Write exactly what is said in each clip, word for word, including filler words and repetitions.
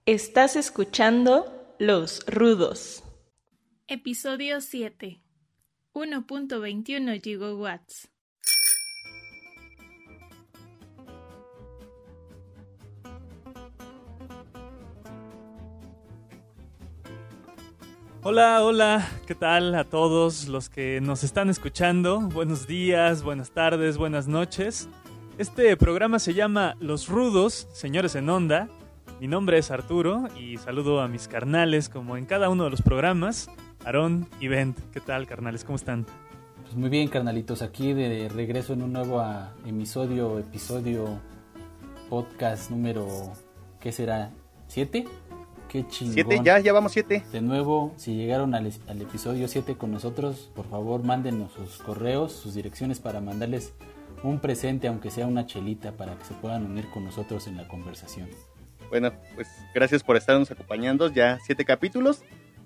Estás escuchando Los Rudos. Episodio siete. uno punto veintiuno gigawatts. Hola, hola, ¿qué tal a todos los que nos están escuchando? Buenos días, buenas tardes, buenas noches. Este programa se llama Los Rudos, señores en onda. Mi nombre es Arturo y saludo a mis carnales como en cada uno de los programas. Aarón y Bent, ¿qué tal, carnales? ¿Cómo están? Pues muy bien, carnalitos, aquí de regreso en un nuevo a, episodio, episodio, podcast número, ¿qué será? ¿Siete? Qué chingón. Siete, ya, ya vamos siete. De nuevo, si llegaron al, al episodio siete con nosotros, por favor mándenos sus correos, sus direcciones para mandarles un presente, aunque sea una chelita, para que se puedan unir con nosotros en la conversación. Bueno, pues gracias por estarnos acompañando, ya siete capítulos.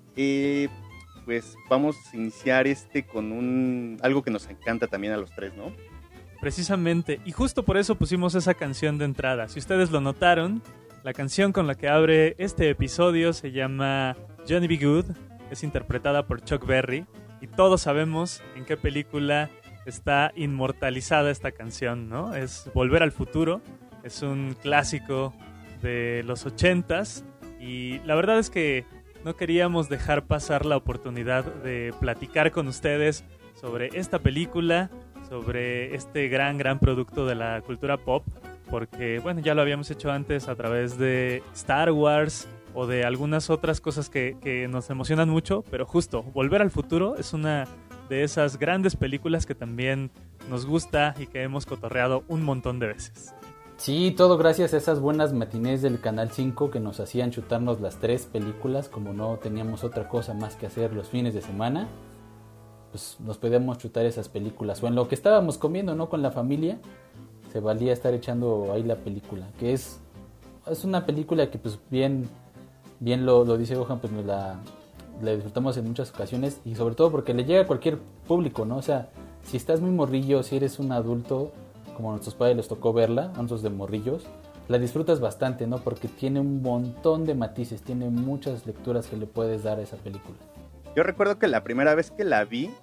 Eh, pues vamos a iniciar este con un algo que nos encanta también a los tres, ¿no? Precisamente, y justo por eso pusimos esa canción de entrada. Si ustedes lo notaron, la canción con la que abre este episodio se llama Johnny B. Good, es interpretada por Chuck Berry, y todos sabemos en qué película está inmortalizada esta canción, ¿no? Es Volver al Futuro, es un clásico de los ochentas, y la verdad es que no queríamos dejar pasar la oportunidad de platicar con ustedes sobre esta película, sobre este gran, gran producto de la cultura pop, porque, bueno, ya lo habíamos hecho antes a través de Star Wars o de algunas otras cosas que, que nos emocionan mucho, pero justo, Volver al Futuro es una de esas grandes películas que también nos gusta y que hemos cotorreado un montón de veces. Sí, todo gracias a esas buenas matinés del Canal cinco que nos hacían chutarnos las tres películas, como no teníamos otra cosa más que hacer los fines de semana, pues nos podíamos chutar esas películas, o en lo que estábamos comiendo, ¿no? Con la familia, se valía estar echando ahí la película, que es, es una película que pues bien, bien lo, lo dice Gohan, pues nos la, la disfrutamos en muchas ocasiones, y sobre todo porque le llega a cualquier público, ¿no? O sea, si estás muy morrillo, si eres un adulto, como a nuestros padres les tocó verla, a nosotros de morrillos, la disfrutas bastante, ¿no? Porque tiene un montón de matices, tiene muchas lecturas que le puedes dar a esa película. Yo recuerdo que la primera vez que la vi,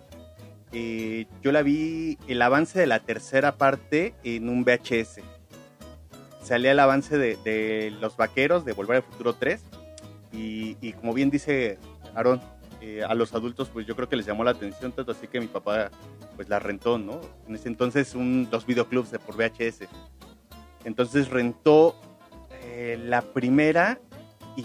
eh, yo la vi el avance de la tercera parte en un V H S. Salía el avance de, de Los Vaqueros, de Volver al Futuro tres, y, y como bien dice Aarón, eh, a los adultos pues yo creo que les llamó la atención tanto así que mi papá pues la rentó, ¿no? En ese entonces un, los videoclubs de por V H S. Entonces rentó eh, la primera y,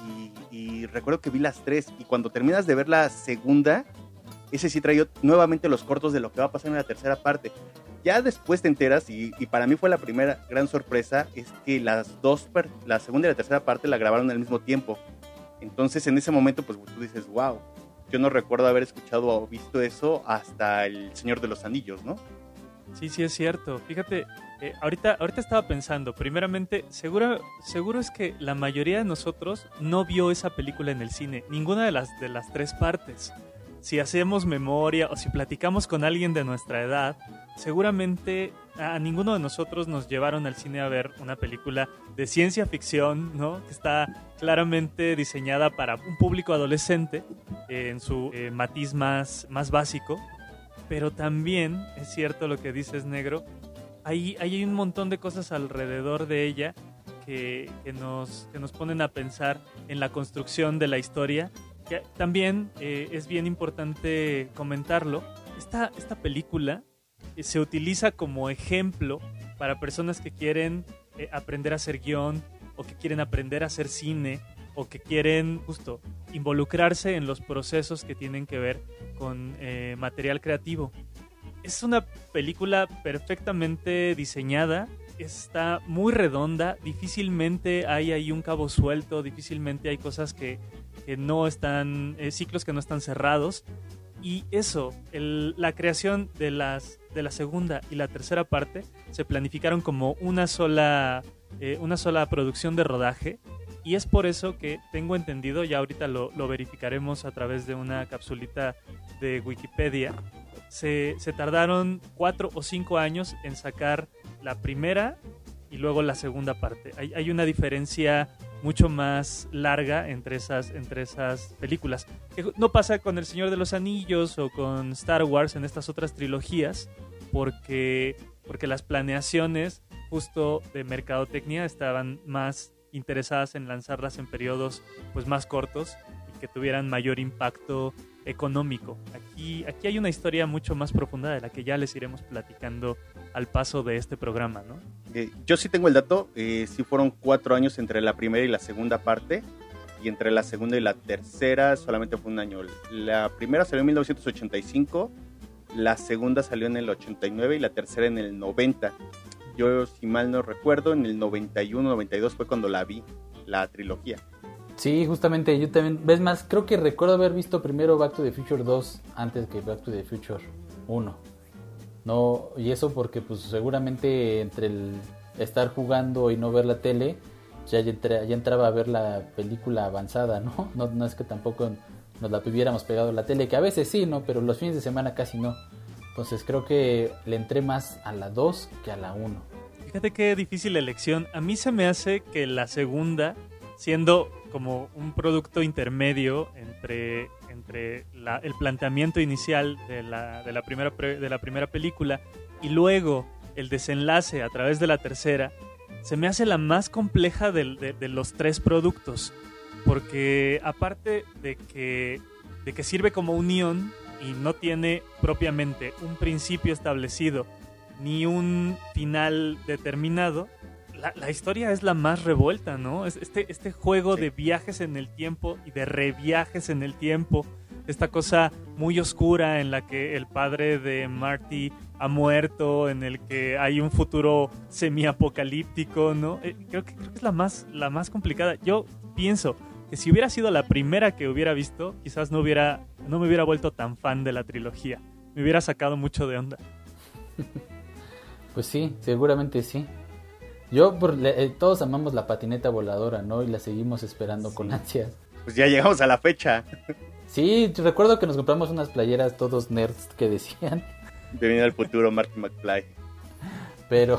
y recuerdo que vi las tres, y cuando terminas de ver la segunda, ese sí traía nuevamente los cortos de lo que va a pasar en la tercera parte. Ya después te enteras, y, y para mí fue la primera gran sorpresa, es que las dos, la segunda y la tercera parte la grabaron al mismo tiempo. Entonces en ese momento pues tú dices, wow, yo no recuerdo haber escuchado o visto eso hasta El Señor de los Anillos, ¿no? Sí, sí es cierto. Fíjate, eh, ahorita, ahorita estaba pensando, primeramente, seguro, seguro es que la mayoría de nosotros no vio esa película en el cine, ninguna de las, de las tres partes. Si hacemos memoria o si platicamos con alguien de nuestra edad, seguramente a ninguno de nosotros nos llevaron al cine a ver una película de ciencia ficción, ¿no? Que está claramente diseñada para un público adolescente eh, en su eh, matiz más, más básico. Pero también es cierto lo que dices, Negro, hay, hay un montón de cosas alrededor de ella que, que, nos, que nos ponen a pensar en la construcción de la historia. Que también eh, es bien importante comentarlo. Esta, esta película eh, se utiliza como ejemplo para personas que quieren eh, aprender a hacer guión, o que quieren aprender a hacer cine, o que quieren justo involucrarse en los procesos que tienen que ver con eh, material creativo. Es una película perfectamente diseñada, está muy redonda, difícilmente hay ahí un cabo suelto, difícilmente hay cosas que, que no están, eh, ciclos que no están cerrados. Y eso, el, la creación de, las, de la segunda y la tercera parte se planificaron como una sola, eh, una sola producción de rodaje. Y es por eso que tengo entendido, ya ahorita lo, lo verificaremos a través de una capsulita de Wikipedia, se, se tardaron cuatro o cinco años en sacar la primera y luego la segunda parte. Hay, hay una diferencia mucho más larga entre esas, entre esas películas. Que no pasa con El Señor de los Anillos o con Star Wars en estas otras trilogías, porque, porque las planeaciones justo de mercadotecnia estaban más interesadas en lanzarlas en periodos pues, más cortos y que tuvieran mayor impacto económico. Aquí, aquí hay una historia mucho más profunda de la que ya les iremos platicando al paso de este programa, ¿no? Eh, yo sí tengo el dato, eh, sí fueron cuatro años entre la primera y la segunda parte, y entre la segunda y la tercera solamente fue un año. La primera salió en mil novecientos ochenta y cinco, la segunda salió en el ochenta y nueve y la tercera en el noventa. Yo, si mal no recuerdo, en el noventa y uno, noventa y dos fue cuando la vi, la trilogía. Sí, justamente, yo también, ves más, creo que recuerdo haber visto primero Back to the Future dos antes que Back to the Future uno. No, y eso porque pues seguramente entre el estar jugando y no ver la tele, ya, entra, ya entraba a ver la película avanzada, ¿no? ¿no? No es que tampoco nos la hubiéramos pegado a la tele, que a veces sí, ¿no? Pero los fines de semana casi no. Entonces creo que le entré más a la dos que a la uno. Fíjate qué difícil elección. A mí se me hace que la segunda, siendo como un producto intermedio entre, entre la, el planteamiento inicial de la, de, la primera pre, de la primera película y luego el desenlace a través de la tercera, se me hace la más compleja de, de, de los tres productos, porque aparte de que, de que sirve como unión y no tiene propiamente un principio establecido ni un final determinado, La, la historia es la más revuelta, ¿no? Es este, este juego sí. de viajes en el tiempo y de reviajes en el tiempo. Esta cosa muy oscura en la que el padre de Marty ha muerto, en el que hay un futuro semiapocalíptico, ¿no? Eh, creo, que, creo que es la más, la más complicada. Yo pienso que si hubiera sido la primera que hubiera visto, quizás no, hubiera, no me hubiera vuelto tan fan de la trilogía. Me hubiera sacado mucho de onda. Pues sí, seguramente sí. Yo, por, eh, todos amamos la patineta voladora, ¿no? Y la seguimos esperando sí. con ansias. Pues ya llegamos a la fecha. Sí, recuerdo que nos compramos unas playeras todos nerds que decían Bienvenido al futuro, Marty McFly. Pero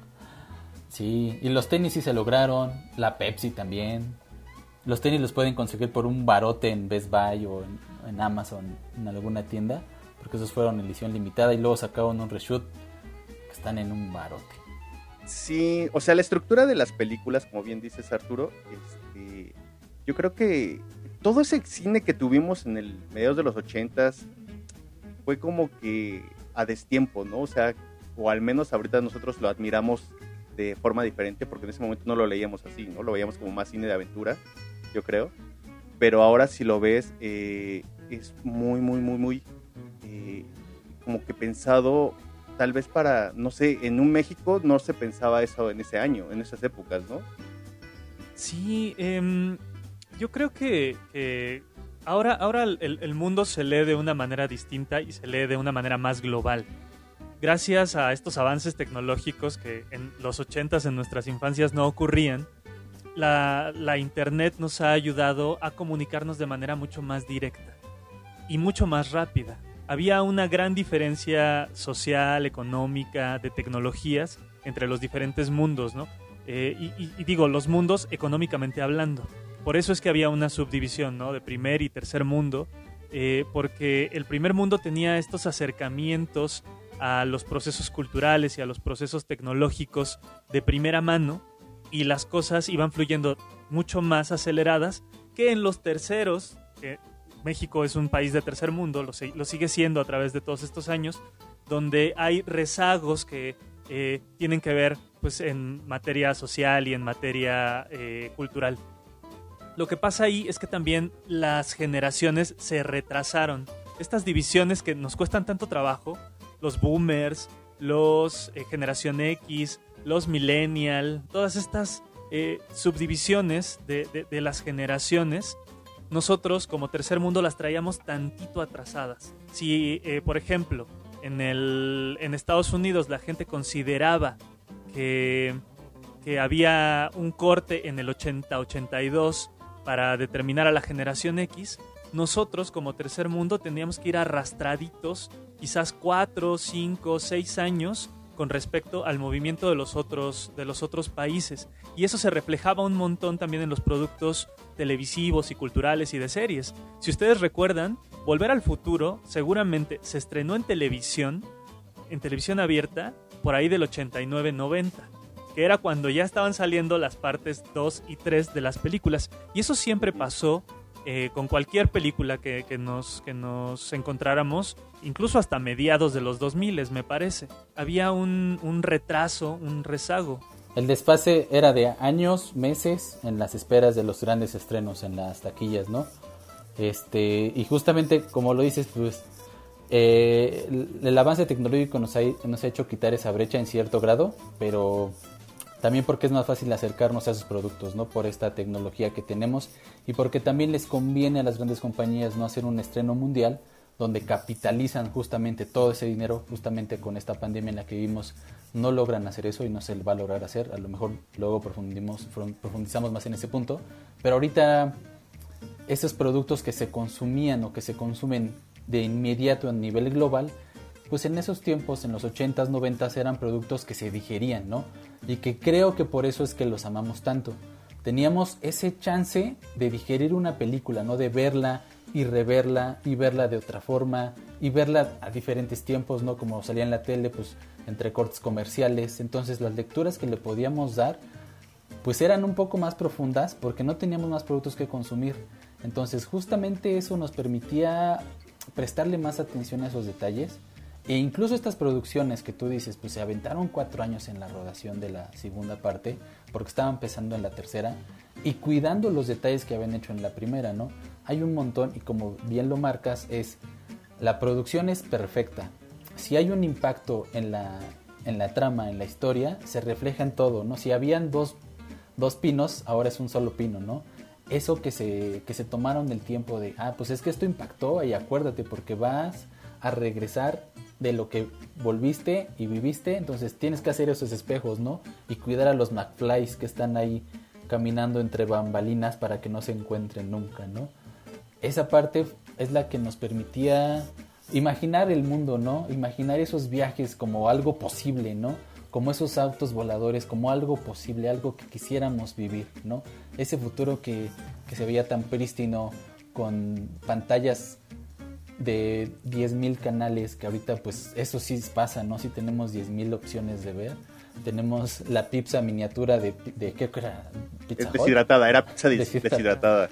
sí, y los tenis sí se lograron, la Pepsi también. Los tenis los pueden conseguir por un barote en Best Buy o en, en Amazon, en alguna tienda, porque esos fueron edición limitada y luego sacaron un reshoot que están en un barote. Sí, o sea, la estructura de las películas, como bien dices, Arturo, este, yo creo que todo ese cine que tuvimos en el mediados de los ochentas fue como que a destiempo, ¿no? O sea, o al menos ahorita nosotros lo admiramos de forma diferente, porque en ese momento no lo leíamos así, ¿no? Lo veíamos como más cine de aventura, yo creo. Pero ahora si lo ves, eh, es muy, muy, muy, muy eh, como que pensado... Tal vez para, no sé, en un México no se pensaba eso en ese año, en esas épocas, ¿no? Sí, eh, yo creo que, que ahora, ahora el, el mundo se lee de una manera distinta y se lee de una manera más global. Gracias a estos avances tecnológicos que en los ochentas, en nuestras infancias, no ocurrían, la, la internet nos ha ayudado a comunicarnos de manera mucho más directa y mucho más rápida. Había una gran diferencia social, económica, de tecnologías entre los diferentes mundos, ¿no? Eh, y, y, y digo, los mundos económicamente hablando. Por eso es que había una subdivisión, ¿no? De primer y tercer mundo, eh, porque el primer mundo tenía estos acercamientos a los procesos culturales y a los procesos tecnológicos de primera mano, y las cosas iban fluyendo mucho más aceleradas que en los terceros, que México es un país de tercer mundo, lo, lo sigue siendo a través de todos estos años, donde hay rezagos que eh, tienen que ver pues, en materia social y en materia eh, cultural. Lo que pasa ahí es que también las generaciones se retrasaron. Estas divisiones que nos cuestan tanto trabajo, los boomers, los eh, generación X, los millennial, todas estas eh, subdivisiones de, de, de las generaciones, nosotros como tercer mundo las traíamos tantito atrasadas. Si, eh, por ejemplo, en, el, en Estados Unidos la gente consideraba que, que había un corte en el ochenta ochenta y dos para determinar a la generación X, nosotros como tercer mundo tendríamos que ir arrastraditos quizás cuatro, cinco, seis años con respecto al movimiento de los otros, de los otros países. Y eso se reflejaba un montón también en los productos televisivos y culturales y de series. Si ustedes recuerdan, Volver al Futuro seguramente se estrenó en televisión, en televisión abierta, por ahí del ochenta y nueve noventa, que era cuando ya estaban saliendo las partes dos y tres de las películas. Y eso siempre pasó eh, con cualquier película que, que, nos, que nos encontráramos, incluso hasta mediados de los dos mil, me parece. Había un, un retraso, un rezago. El desfase era de años, meses, en las esperas de los grandes estrenos en las taquillas, ¿no? Este, y justamente, como lo dices, pues eh, el, el avance tecnológico nos ha, nos ha hecho quitar esa brecha en cierto grado, pero también porque es más fácil acercarnos a esos productos, ¿no? Por esta tecnología que tenemos y porque también les conviene a las grandes compañías no hacer un estreno mundial donde capitalizan justamente todo ese dinero. Justamente con esta pandemia en la que vivimos no logran hacer eso y no se va a lograr hacer. A lo mejor luego profundimos, profundizamos más en ese punto, pero ahorita esos productos que se consumían o que se consumen de inmediato a nivel global, pues en esos tiempos, en los ochentas, noventas, eran productos que se digerían, ¿no? Y que creo que por eso es que los amamos tanto. Teníamos ese chance de digerir una película, ¿no? De verla y reverla y verla de otra forma y verla a diferentes tiempos, ¿no? Como salía en la tele, pues entre cortes comerciales. Entonces las lecturas que le podíamos dar pues eran un poco más profundas porque no teníamos más productos que consumir. Entonces justamente eso nos permitía prestarle más atención a esos detalles. E incluso estas producciones que tú dices, pues se aventaron cuatro años en la rodación de la segunda parte, porque estaban empezando en la tercera, y cuidando los detalles que habían hecho en la primera, ¿no? Hay un montón, y como bien lo marcas, es la producción es perfecta. Si hay un impacto en la, en la trama, en la historia, se refleja en todo, ¿no? Si habían dos, dos pinos, ahora es un solo pino, ¿no? Eso que se, que se tomaron el tiempo de, ah, pues es que esto impactó, y acuérdate, porque vas a regresar de lo que volviste y viviste, entonces tienes que hacer esos espejos, ¿no? Y cuidar a los McFlys que están ahí caminando entre bambalinas para que no se encuentren nunca, ¿no? Esa parte es la que nos permitía imaginar el mundo, ¿no? Imaginar esos viajes como algo posible, ¿no? Como esos autos voladores, como algo posible, algo que quisiéramos vivir, ¿no? Ese futuro que, que se veía tan prístino, con pantallas de diez mil canales, que ahorita pues eso sí pasa, ¿no? Sí tenemos diez mil opciones de ver. Tenemos la pizza miniatura de, de ¿qué era? ¿Pizza Hut? Deshidratada, era pizza deshidratada.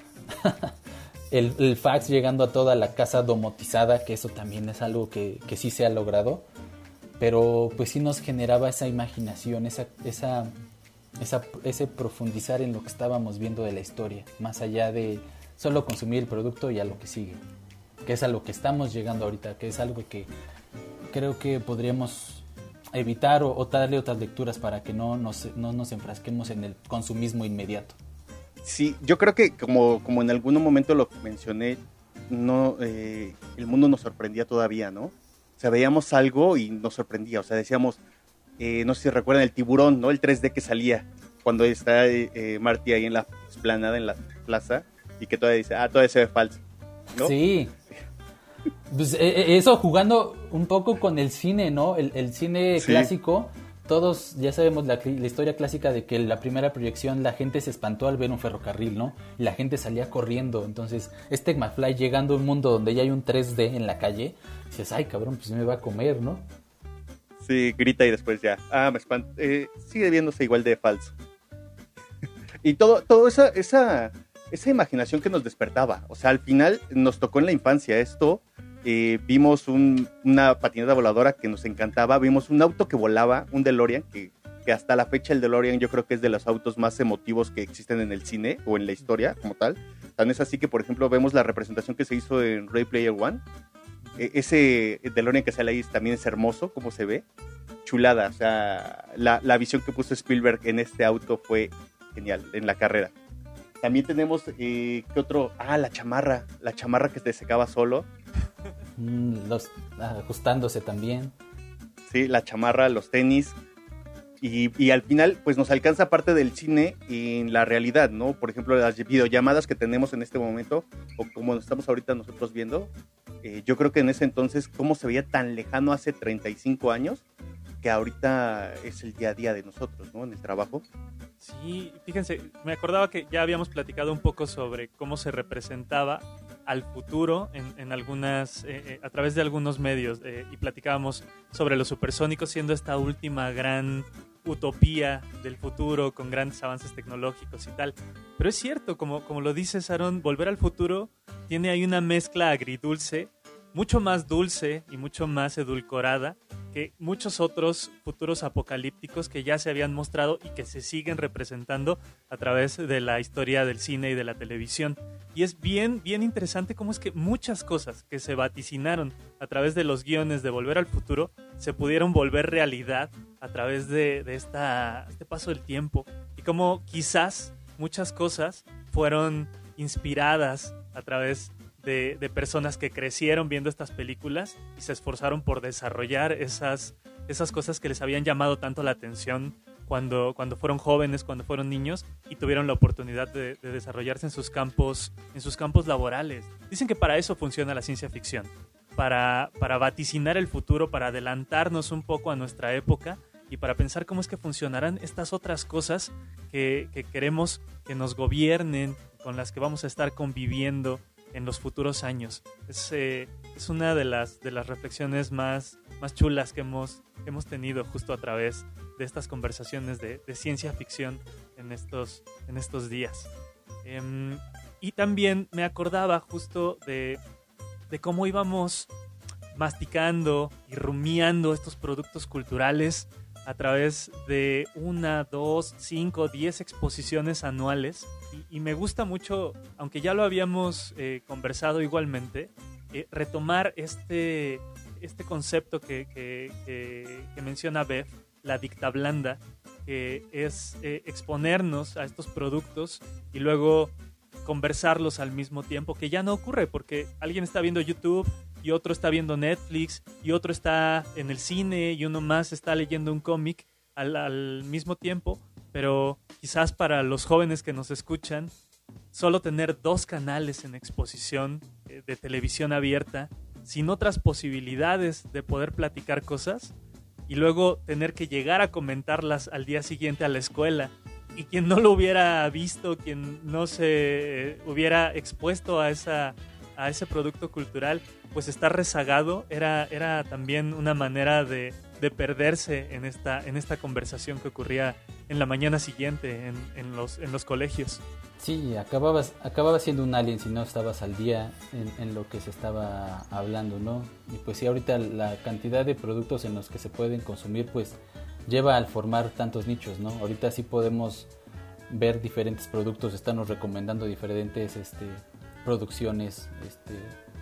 el, el fax llegando a toda la casa domotizada, que eso también es algo que, que sí se ha logrado. Pero pues sí nos generaba esa imaginación, esa, esa, esa, ese profundizar en lo que estábamos viendo de la historia, más allá de solo consumir el producto y a lo que sigue, que es a lo que estamos llegando ahorita, que es algo que creo que podríamos evitar o, o darle otras lecturas para que no nos, no nos enfrasquemos en el consumismo inmediato. Sí, yo creo que como, como en algún momento lo mencioné, no, eh, el mundo nos sorprendía todavía, ¿no? O sea, veíamos algo y nos sorprendía, o sea, decíamos, eh, no sé si recuerdan el tiburón, ¿no? El tres D que salía cuando está eh, Marty ahí en la explanada, en la plaza, y que todavía dice, ah, todavía se ve falso, ¿no? Sí. Pues eh, eso jugando un poco con el cine, ¿no? El, el cine sí. Clásico, todos ya sabemos la, la historia clásica de que en la primera proyección la gente se espantó al ver un ferrocarril, ¿no? Y la gente salía corriendo. Entonces, este McFly llegando a un mundo donde ya hay un tres D en la calle, dices, ay, cabrón, pues me va a comer, ¿no? Sí, grita y después ya, ah, me espanta. Eh, sigue viéndose igual de falso. Y todo, todo esa, esa, esa imaginación que nos despertaba. O sea, al final nos tocó en la infancia esto. Eh, vimos un, una patineta voladora que nos encantaba, vimos un auto que volaba, un DeLorean, que, que hasta la fecha el DeLorean yo creo que es de los autos más emotivos que existen en el cine o en la historia como tal. Tan es así que, por ejemplo, vemos la representación que se hizo en Ready Player One. Eh, ese DeLorean que sale ahí también es hermoso, como se ve, chulada. O sea, la, la visión que puso Spielberg en este auto fue genial, en la carrera. También tenemos, eh, ¿qué otro? Ah, la chamarra, la chamarra que se secaba solo. Los ajustándose también. Sí, la chamarra, los tenis. Y, y al final, pues nos alcanza parte del cine en la realidad, ¿no? Por ejemplo, las videollamadas que tenemos en este momento, o como estamos ahorita nosotros viendo, eh, yo creo que en ese entonces, cómo se veía tan lejano hace treinta y cinco años, que ahorita es el día a día de nosotros, ¿no? En el trabajo. Sí, fíjense, me acordaba que ya habíamos platicado un poco sobre cómo se representaba al futuro en, en algunas, eh, eh, a través de algunos medios, eh, y platicábamos sobre los supersónicos siendo esta última gran utopía del futuro con grandes avances tecnológicos y tal. Pero es cierto, como, como lo dices, Aaron, Volver al Futuro tiene ahí una mezcla agridulce, mucho más dulce y mucho más edulcorada que muchos otros futuros apocalípticos que ya se habían mostrado y que se siguen representando a través de la historia del cine y de la televisión. Y es bien, bien interesante cómo es que muchas cosas que se vaticinaron a través de los guiones de Volver al Futuro se pudieron volver realidad a través de, de esta, este paso del tiempo. Y cómo quizás muchas cosas fueron inspiradas a través De, de personas que crecieron viendo estas películas y se esforzaron por desarrollar esas, esas cosas que les habían llamado tanto la atención cuando, cuando fueron jóvenes, cuando fueron niños y tuvieron la oportunidad de, de desarrollarse en sus campos, en sus campos laborales. Dicen que para eso funciona la ciencia ficción, para, para vaticinar el futuro, para adelantarnos un poco a nuestra época y para pensar cómo es que funcionarán estas otras cosas que, que queremos que nos gobiernen, con las que vamos a estar conviviendo en los futuros años. Es, eh, es una de las, de las reflexiones más, más chulas que hemos, que hemos tenido justo a través de estas conversaciones de, de ciencia ficción en estos, en estos días. Eh, y también me acordaba justo de, de cómo íbamos masticando y rumiando estos productos culturales a través de una, dos, cinco, diez exposiciones anuales. Y, y me gusta mucho, aunque ya lo habíamos eh, conversado igualmente, eh, retomar este, este concepto que, que, que, que menciona Bev, la dicta blanda, que es eh, exponernos a estos productos y luego conversarlos al mismo tiempo, que ya no ocurre porque alguien está viendo YouTube y otro está viendo Netflix y otro está en el cine y uno más está leyendo un cómic al, al mismo tiempo. Pero quizás para los jóvenes que nos escuchan, solo tener dos canales en exposición eh, de televisión abierta, sin otras posibilidades de poder platicar cosas, y luego tener que llegar a comentarlas al día siguiente a la escuela, y quien no lo hubiera visto, quien no se eh, hubiera expuesto a, esa, a ese producto cultural, pues estar rezagado, era, era también una manera de, de perderse en esta, en esta conversación que ocurría en la mañana siguiente en, en, los, en los colegios. Sí, acababas, acababas siendo un alien si no estabas al día en, en lo que se estaba hablando, ¿no? Y pues sí, ahorita la cantidad de productos en los que se pueden consumir, pues lleva al formar tantos nichos, ¿no? Ahorita sí podemos ver diferentes productos, estamos recomendando diferentes este, producciones, este,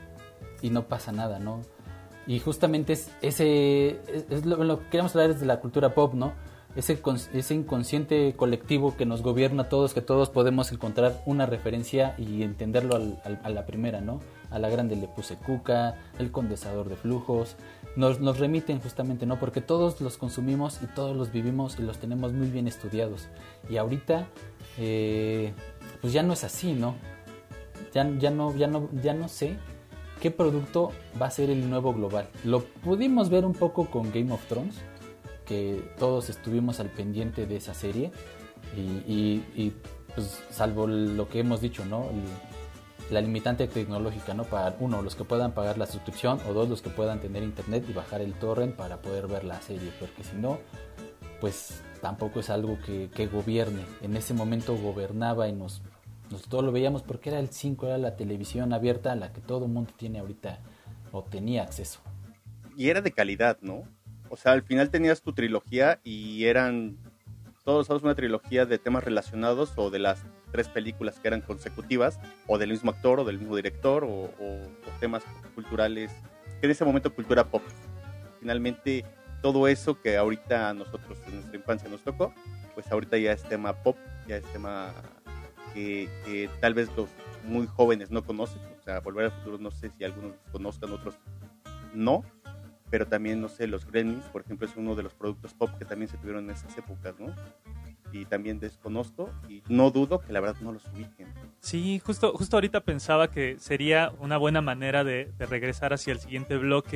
y no pasa nada, ¿no? Y justamente es, ese, es, es lo, lo que queremos hablar es de la cultura pop, ¿no? Ese, ese inconsciente colectivo que nos gobierna a todos, que todos podemos encontrar una referencia y entenderlo al, al, a la primera, ¿no? A la grande le puse cuca, el condensador de flujos, nos, nos remiten justamente, ¿no? Porque todos los consumimos y todos los vivimos y los tenemos muy bien estudiados. Y ahorita, eh, pues ya no es así, ¿no? Ya, ya no, ya no, ya no sé qué producto va a ser el nuevo global. Lo pudimos ver un poco con Game of Thrones, que todos estuvimos al pendiente de esa serie y, y, y pues salvo lo que hemos dicho, ¿no? El, la limitante tecnológica, ¿no? Para uno, los que puedan pagar la suscripción, o dos, los que puedan tener internet y bajar el torrent para poder ver la serie, porque si no, pues tampoco es algo que, que gobierne. En ese momento gobernaba y nos, nos todo lo veíamos porque era el cinco, era la televisión abierta a la que todo el mundo tiene ahorita o tenía acceso. Y era de calidad, ¿no? O sea, al final tenías tu trilogía y eran todos una trilogía de temas relacionados o de las tres películas que eran consecutivas o del mismo actor o del mismo director o, o, o temas culturales, que en ese momento cultura pop. Finalmente todo eso que ahorita a nosotros en nuestra infancia nos tocó, pues ahorita ya es tema pop, ya es tema que, que tal vez los muy jóvenes no conocen. O sea, Volver al Futuro no sé si algunos conozcan, otros no. Pero también, no sé, los Gremlins, por ejemplo, es uno de los productos pop que también se tuvieron en esas épocas, ¿no? Y también desconozco y no dudo que la verdad no los ubiquen. Sí, justo, justo ahorita pensaba que sería una buena manera de, de regresar hacia el siguiente bloque,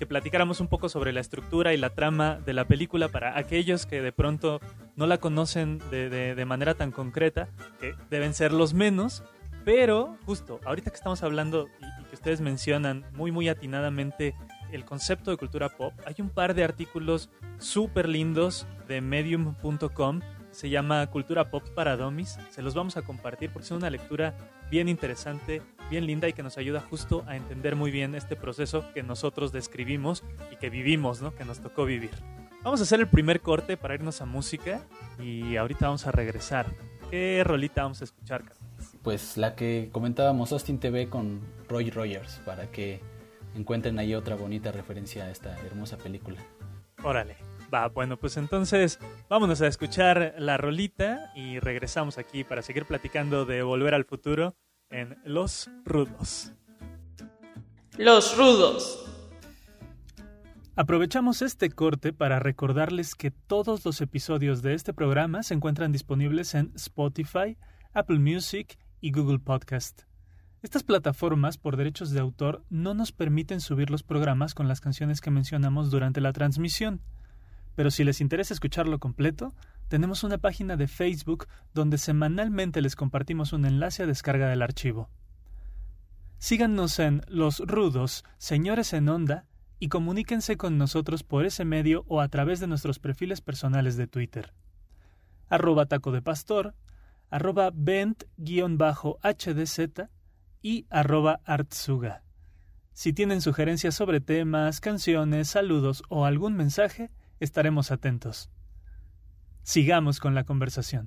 que platicáramos un poco sobre la estructura y la trama de la película para aquellos que de pronto no la conocen de, de, de manera tan concreta, que deben ser los menos, pero justo ahorita que estamos hablando y, y que ustedes mencionan muy muy atinadamente el concepto de cultura pop, hay un par de artículos súper lindos de medium punto com, se llama Cultura Pop para Dummies, se los vamos a compartir porque es una lectura bien interesante, bien linda y que nos ayuda justo a entender muy bien este proceso que nosotros describimos y que vivimos, ¿no? Que nos tocó vivir. Vamos a hacer el primer corte para irnos a música y ahorita vamos a regresar. ¿Qué rolita vamos a escuchar, Carlos? Pues la que comentábamos, Austin T V con Roy Rogers, para que encuentren ahí otra bonita referencia a esta hermosa película. Órale. Va, bueno, pues entonces vámonos a escuchar la rolita y regresamos aquí para seguir platicando de Volver al Futuro en Los Rudos. Los Rudos. Aprovechamos este corte para recordarles que todos los episodios de este programa se encuentran disponibles en Spotify, Apple Music y Google Podcast. Estas plataformas, por derechos de autor, no nos permiten subir los programas con las canciones que mencionamos durante la transmisión. Pero si les interesa escucharlo completo, tenemos una página de Facebook donde semanalmente les compartimos un enlace a descarga del archivo. Síganos en Los Rudos, Señores en Onda, y comuníquense con nosotros por ese medio o a través de nuestros perfiles personales de Twitter. Arroba Taco de Pastor, arroba Bent-H D Z y arroba Artsuga. Si tienen sugerencias sobre temas, canciones, saludos o algún mensaje, estaremos atentos. Sigamos con la conversación.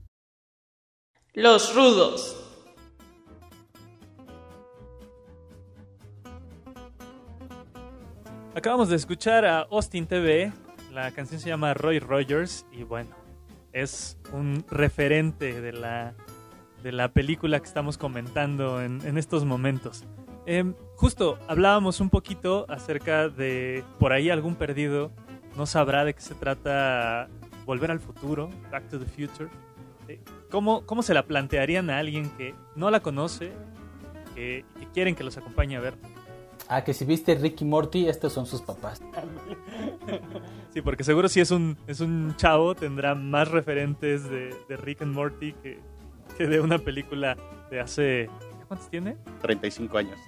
Los Rudos. Acabamos de escuchar a Austin T V, la canción se llama Roy Rogers y bueno, es un referente de la, de la película que estamos comentando en, en estos momentos. Eh, justo hablábamos un poquito acerca de por ahí algún perdido no sabrá de qué se trata Volver al Futuro, Back to the Future. Eh, ¿cómo, ¿Cómo se la plantearían a alguien que no la conoce, que, que quieren que los acompañe a ver? Ah, que si viste Rick y Morty, estos son sus papás. Sí, porque seguro si es un, es un chavo tendrá más referentes de, de Rick and Morty que, que de una película de hace... ¿Cuántos tiene? treinta y cinco años.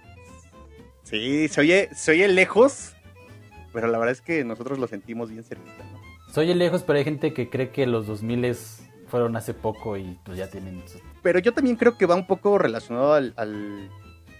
Sí, se oye, se oye lejos, pero la verdad es que nosotros lo sentimos bien cerquita, ¿no? Se oye lejos, pero hay gente que cree que los dos mil fueron hace poco y pues ya tienen... Pero yo también creo que va un poco relacionado al, al,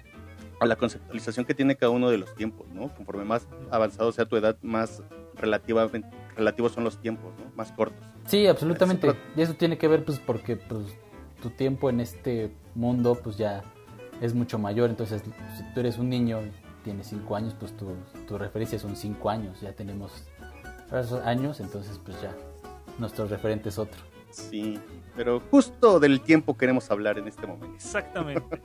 a la conceptualización que tiene cada uno de los tiempos, ¿no? Conforme más avanzado sea tu edad, más relativamente, relativos son los tiempos, ¿no? Más cortos. Sí, absolutamente. Y eso tiene que ver pues porque pues, tu tiempo en este mundo pues ya es mucho mayor. Entonces, si tú eres un niño, tienes cinco años, pues tu, tu referencia son cinco años. Ya tenemos esos años, entonces pues ya nuestro referente es otro. Sí, pero justo del tiempo queremos hablar en este momento. Exactamente.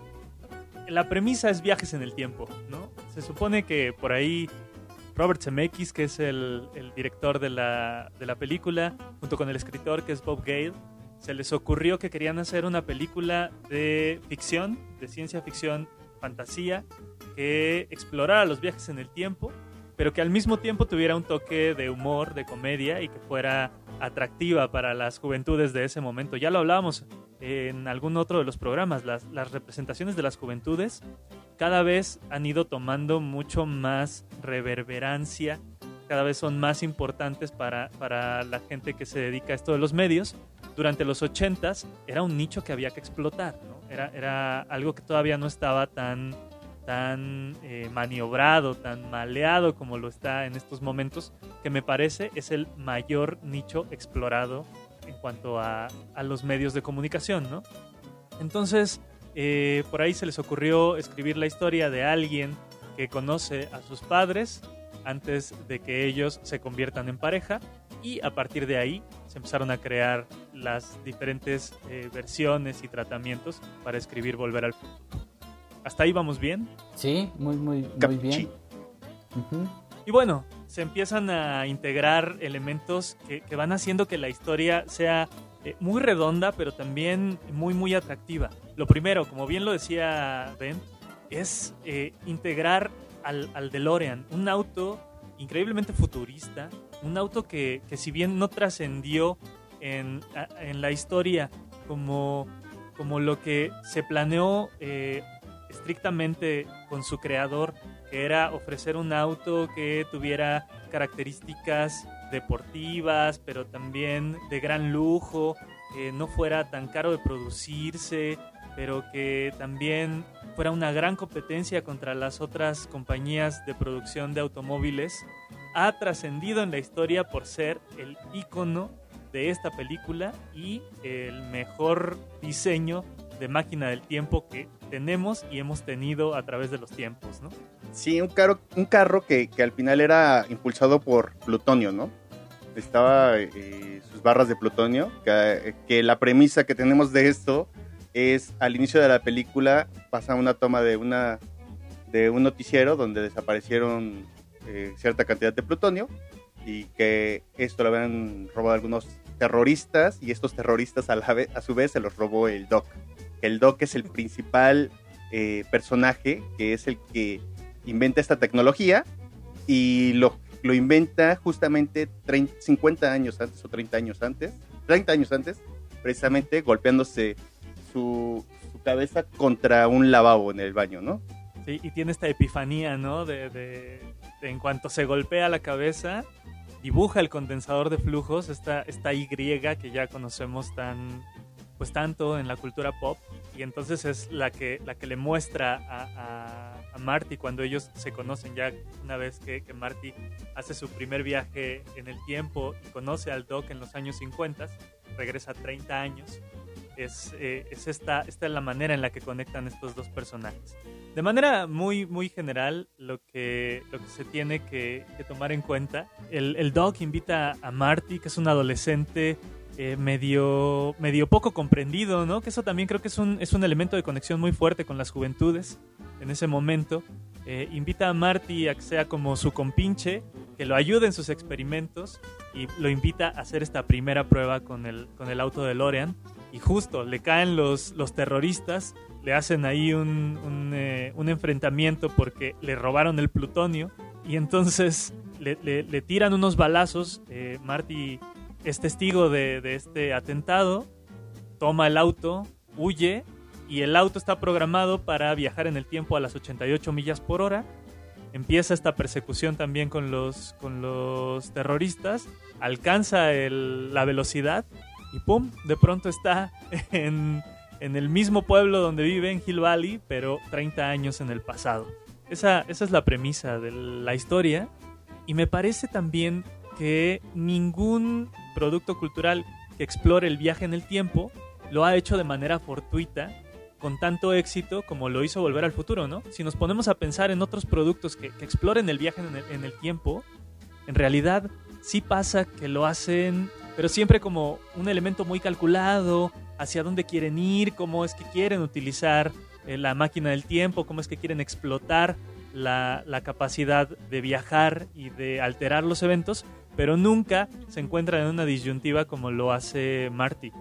La premisa es viajes en el tiempo, ¿no? Se supone que por ahí Robert Zemeckis, que es el, el director de la, de la película, junto con el escritor que es Bob Gale, se les ocurrió que querían hacer una película de ficción, de ciencia ficción, fantasía, que explorara los viajes en el tiempo, pero que al mismo tiempo tuviera un toque de humor, de comedia y que fuera atractiva para las juventudes de ese momento. Ya lo hablábamos en algún otro de los programas, las, las representaciones de las juventudes cada vez han ido tomando mucho más reverberancia, cada vez son más importantes para, para la gente que se dedica a esto de los medios. Durante los ochentas era un nicho que había que explotar, ¿no? Era, era algo que todavía no estaba tan... tan eh, maniobrado, tan maleado como lo está en estos momentos, que me parece es el mayor nicho explorado en cuanto a, a los medios de comunicación, ¿no? Entonces, eh, por ahí se les ocurrió escribir la historia de alguien que conoce a sus padres antes de que ellos se conviertan en pareja, y a partir de ahí se empezaron a crear las diferentes eh, versiones y tratamientos para escribir Volver al Futuro. ¿Hasta ahí vamos bien? Sí, muy, muy, muy bien. Uh-huh. Y bueno, se empiezan a integrar elementos que, que van haciendo que la historia sea eh, muy redonda, pero también muy, muy atractiva. Lo primero, como bien lo decía Ben, es eh, integrar al, al DeLorean, un auto increíblemente futurista, un auto que, que si bien no trascendió en, en la historia como, como lo que se planeó eh, estrictamente con su creador, que era ofrecer un auto que tuviera características deportivas, pero también de gran lujo, que no fuera tan caro de producirse, pero que también fuera una gran competencia contra las otras compañías de producción de automóviles, ha trascendido en la historia por ser el ícono de esta película y el mejor diseño de máquina del tiempo que tenemos y hemos tenido a través de los tiempos, ¿no? Sí, un carro, un carro que, que al final era impulsado por plutonio, ¿no? Estaba eh, sus barras de plutonio, que, que la premisa que tenemos de esto es, al inicio de la película pasa una toma de, una, de un noticiero donde desaparecieron eh, cierta cantidad de plutonio y que esto lo habían robado algunos terroristas y estos terroristas a, la vez, a su vez se los robó el Doc. El Doc es el principal eh, personaje, que es el que inventa esta tecnología y lo, lo inventa justamente treinta, cincuenta años antes o treinta años antes, treinta años antes, precisamente golpeándose su, su cabeza contra un lavabo en el baño, ¿no? Sí, y tiene esta epifanía, ¿no? De, de, de en cuanto se golpea la cabeza, dibuja el condensador de flujos, esta, esta Y que ya conocemos tan, pues tanto en la cultura pop, y entonces es la que, la que le muestra a, a, a Marty cuando ellos se conocen, ya una vez que, que Marty hace su primer viaje en el tiempo y conoce al Doc en los años cincuenta, regresa treinta años. Es, eh, es esta, esta es la manera en la que conectan estos dos personajes. De manera muy, muy general, lo que, lo que se tiene que, que tomar en cuenta, el, el Doc invita a Marty, que es un adolescente eh, medio, medio poco comprendido, ¿no? Que eso también creo que es un, es un elemento de conexión muy fuerte con las juventudes en ese momento. Eh, invita a Marty a que sea como su compinche, que lo ayude en sus experimentos y lo invita a hacer esta primera prueba con el, con el auto DeLorean. Y justo le caen los, los terroristas, le hacen ahí un, un, eh, un enfrentamiento porque le robaron el plutonio y entonces le, le, le tiran unos balazos. eh, Marty es testigo de, de este atentado, toma el auto, huye y el auto está programado para viajar en el tiempo a las ochenta y ocho millas por hora. Empieza esta persecución también con los, con los terroristas, alcanza el, la velocidad y ¡pum! De pronto está en, en el mismo pueblo donde vive, en Hill Valley, pero treinta años en el pasado. Esa, esa es la premisa de la historia. Y me parece también que ningún producto cultural que explore el viaje en el tiempo lo ha hecho de manera fortuita, con tanto éxito como lo hizo Volver al Futuro, ¿no? Si nos ponemos a pensar en otros productos que, que exploren el viaje en el, en el tiempo, en realidad sí pasa que lo hacen, pero siempre como un elemento muy calculado, hacia dónde quieren ir, cómo es que quieren utilizar eh, la máquina del tiempo, cómo es que quieren explotar la, la capacidad de viajar y de alterar los eventos, pero nunca se encuentran en una disyuntiva como lo hace Marty.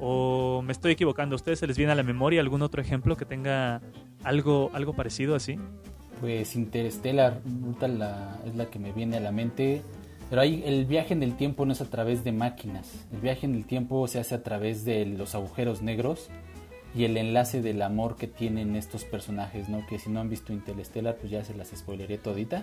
¿O me estoy equivocando? ¿A ustedes se les viene a la memoria algún otro ejemplo que tenga algo, algo parecido así? Pues Interstellar la, es la que me viene a la mente. Pero ahí el viaje en el tiempo no es a través de máquinas. El viaje en el tiempo se hace a través de los agujeros negros y el enlace del amor que tienen estos personajes, ¿no? Que si no han visto Interstellar, pues ya se las spoileré todita.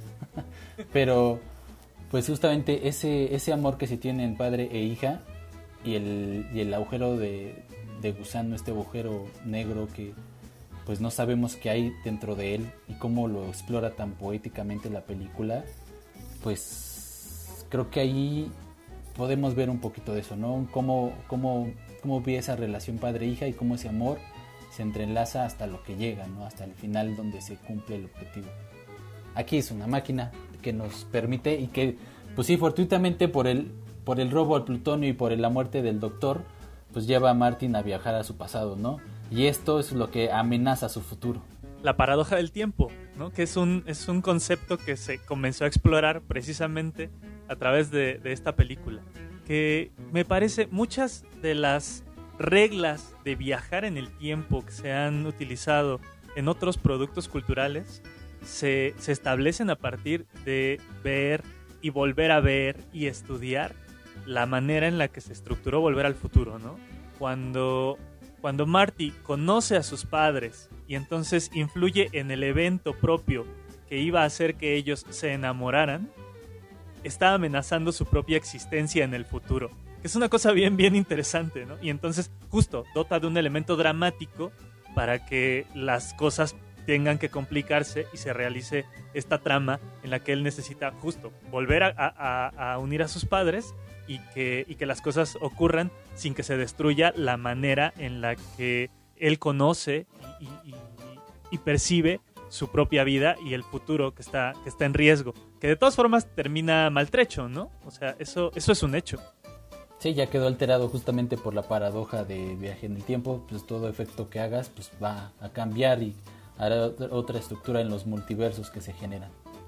Pero pues justamente ese, ese amor que se tienen padre e hija y el, y el agujero de, de gusano, este agujero negro que pues no sabemos qué hay dentro de él y cómo lo explora tan poéticamente la película, pues creo que ahí podemos ver un poquito de eso, ¿no? Cómo, cómo, cómo vi esa relación padre-hija y cómo ese amor se entrelaza hasta lo que llega, ¿no? Hasta el final donde se cumple el objetivo. Aquí es una máquina que nos permite y que, pues sí, fortuitamente por el, por el robo al plutonio y por la muerte del doctor, pues lleva a Martin a viajar a su pasado, ¿no? Y esto es lo que amenaza su futuro. La paradoja del tiempo, ¿no? Que es un, es un concepto que se comenzó a explorar precisamente a través de, de esta película. Que me parece muchas de las reglas de viajar en el tiempo que se han utilizado en otros productos culturales se, se establecen a partir de ver y volver a ver y estudiar la manera en la que se estructuró Volver al Futuro, ¿no? Cuando, cuando Marty conoce a sus padres y entonces influye en el evento propio que iba a hacer que ellos se enamoraran, está amenazando su propia existencia en el futuro. Es una cosa bien, bien interesante, ¿no? Y entonces justo dota de un elemento dramático para que las cosas tengan que complicarse y se realice esta trama en la que él necesita justo volver a, a, a unir a sus padres y que, y que las cosas ocurran sin que se destruya la manera en la que él conoce y, y, y percibe su propia vida y el futuro que está, que está en riesgo, que de todas formas termina maltrecho, ¿no? O sea, eso, eso es un hecho. Sí, ya quedó alterado justamente por la paradoja de viaje en el tiempo, pues todo efecto que hagas pues va a cambiar y hará otra estructura en los multiversos que se generan.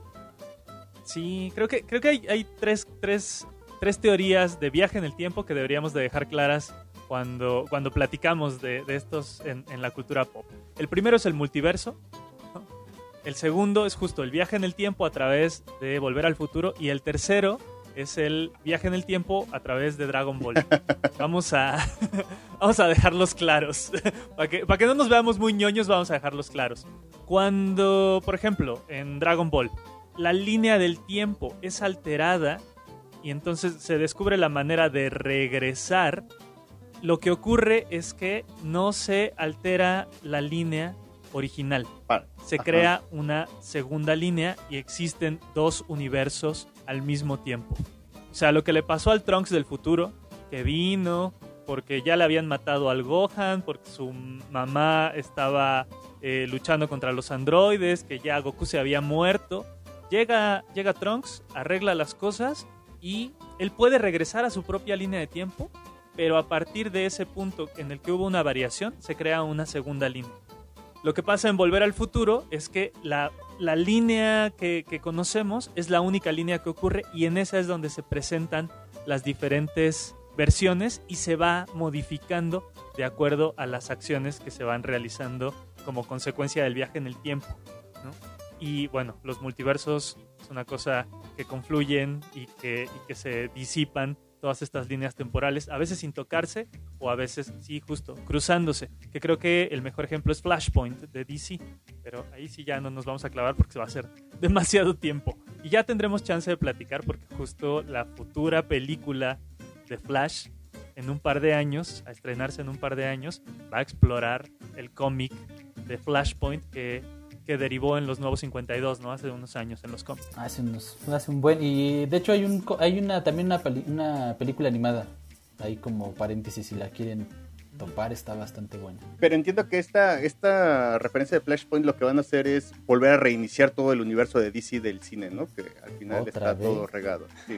Sí, creo que, creo que hay, hay tres, tres, tres teorías de viaje en el tiempo que deberíamos de dejar claras cuando, cuando platicamos de, de estos en, en la cultura pop. El primero es el multiverso, ¿no? El segundo es justo el viaje en el tiempo a través de Volver al Futuro, y el tercero es el viaje en el tiempo a través de Dragon Ball. Vamos a, vamos a dejarlos claros. Para que, para que no nos veamos muy ñoños, vamos a dejarlos claros. Cuando, por ejemplo, en Dragon Ball, la línea del tiempo es alterada y entonces se descubre la manera de regresar, lo que ocurre es que no se altera la línea original. Se crea una segunda línea y existen dos universos al mismo tiempo. O sea, lo que le pasó al Trunks del futuro, que vino porque ya le habían matado al Gohan, porque su mamá estaba eh, luchando contra los androides, que ya Goku se había muerto. Llega, llega Trunks, arregla las cosas y él puede regresar a su propia línea de tiempo, pero a partir de ese punto en el que hubo una variación, se crea una segunda línea. Lo que pasa en Volver al Futuro es que la, la línea que, que conocemos es la única línea que ocurre, y en esa es donde se presentan las diferentes versiones y se va modificando de acuerdo a las acciones que se van realizando como consecuencia del viaje en el tiempo, ¿no? Y bueno, los multiversos es una cosa que confluyen y que, y que se disipan todas estas líneas temporales, a veces sin tocarse o a veces, sí, justo, cruzándose, que creo que el mejor ejemplo es Flashpoint de D C, pero ahí sí ya no nos vamos a clavar porque se va a hacer demasiado tiempo. Y ya tendremos chance de platicar porque justo la futura película de Flash, en un par de años, a estrenarse en un par de años, va a explorar el cómic de Flashpoint que... que derivó en los Nuevos cincuenta y dos, ¿no? Hace unos años en los cómics. Hace unos, hace un buen, y de hecho hay un hay una también una, peli, una película animada, ahí como paréntesis, si la quieren topar, está bastante buena. Pero entiendo que esta, esta referencia de Flashpoint lo que van a hacer es volver a reiniciar todo el universo de D C del cine, ¿no? Que al final ¿Otra está vez? todo regado. Sí.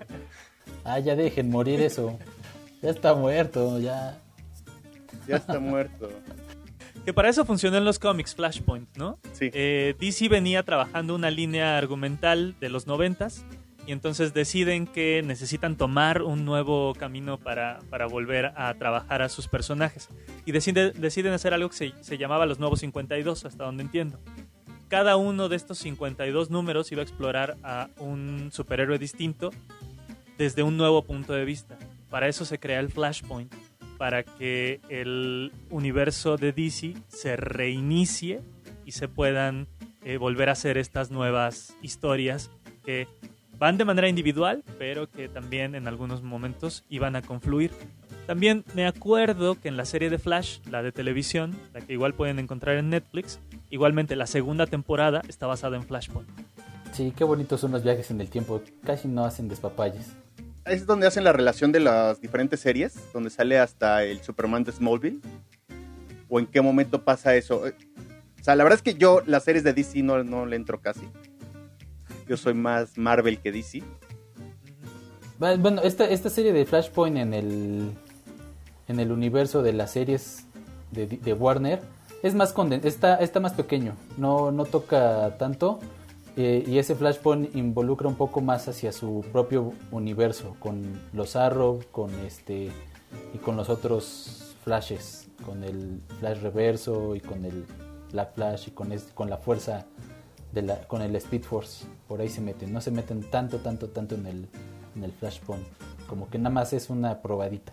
Ah, ya dejen morir eso. Ya está muerto, ya. Ya está muerto. Que para eso funcionó en los cómics Flashpoint, ¿no? Sí. Eh, D C venía trabajando una línea argumental de los noventas y entonces deciden que necesitan tomar un nuevo camino para, para volver a trabajar a sus personajes. Y decide, deciden hacer algo que se, se llamaba los Nuevos cincuenta y dos, hasta donde entiendo. Cada uno de estos cincuenta y dos números iba a explorar a un superhéroe distinto desde un nuevo punto de vista. Para eso se crea el Flashpoint, para que el universo de D C se reinicie y se puedan eh, volver a hacer estas nuevas historias que van de manera individual, pero que también en algunos momentos iban a confluir. También me acuerdo que en la serie de Flash, la de televisión, la que igual pueden encontrar en Netflix, igualmente la segunda temporada está basada en Flashpoint. Sí, qué bonitos son los viajes en el tiempo, casi no hacen despapalles. Es donde hacen la relación de las diferentes series, donde sale hasta el Superman de Smallville. ¿O en qué momento pasa eso? O sea, la verdad es que yo las series de D C no, no le entro casi. Yo soy más Marvel que D C. Bueno, esta, esta serie de Flashpoint en el en el universo de las series de, de Warner es más conden- está, está más pequeño, no, no toca tanto. Eh, y ese Flashpoint involucra un poco más hacia su propio universo, con los Arrow, con este y con los otros Flashes, con el Flash Reverso y con el Black Flash y con, este, con la fuerza de la, con el Speed Force, por ahí se meten, no se meten tanto, tanto, tanto en el, en el Flashpoint, como que nada más es una probadita.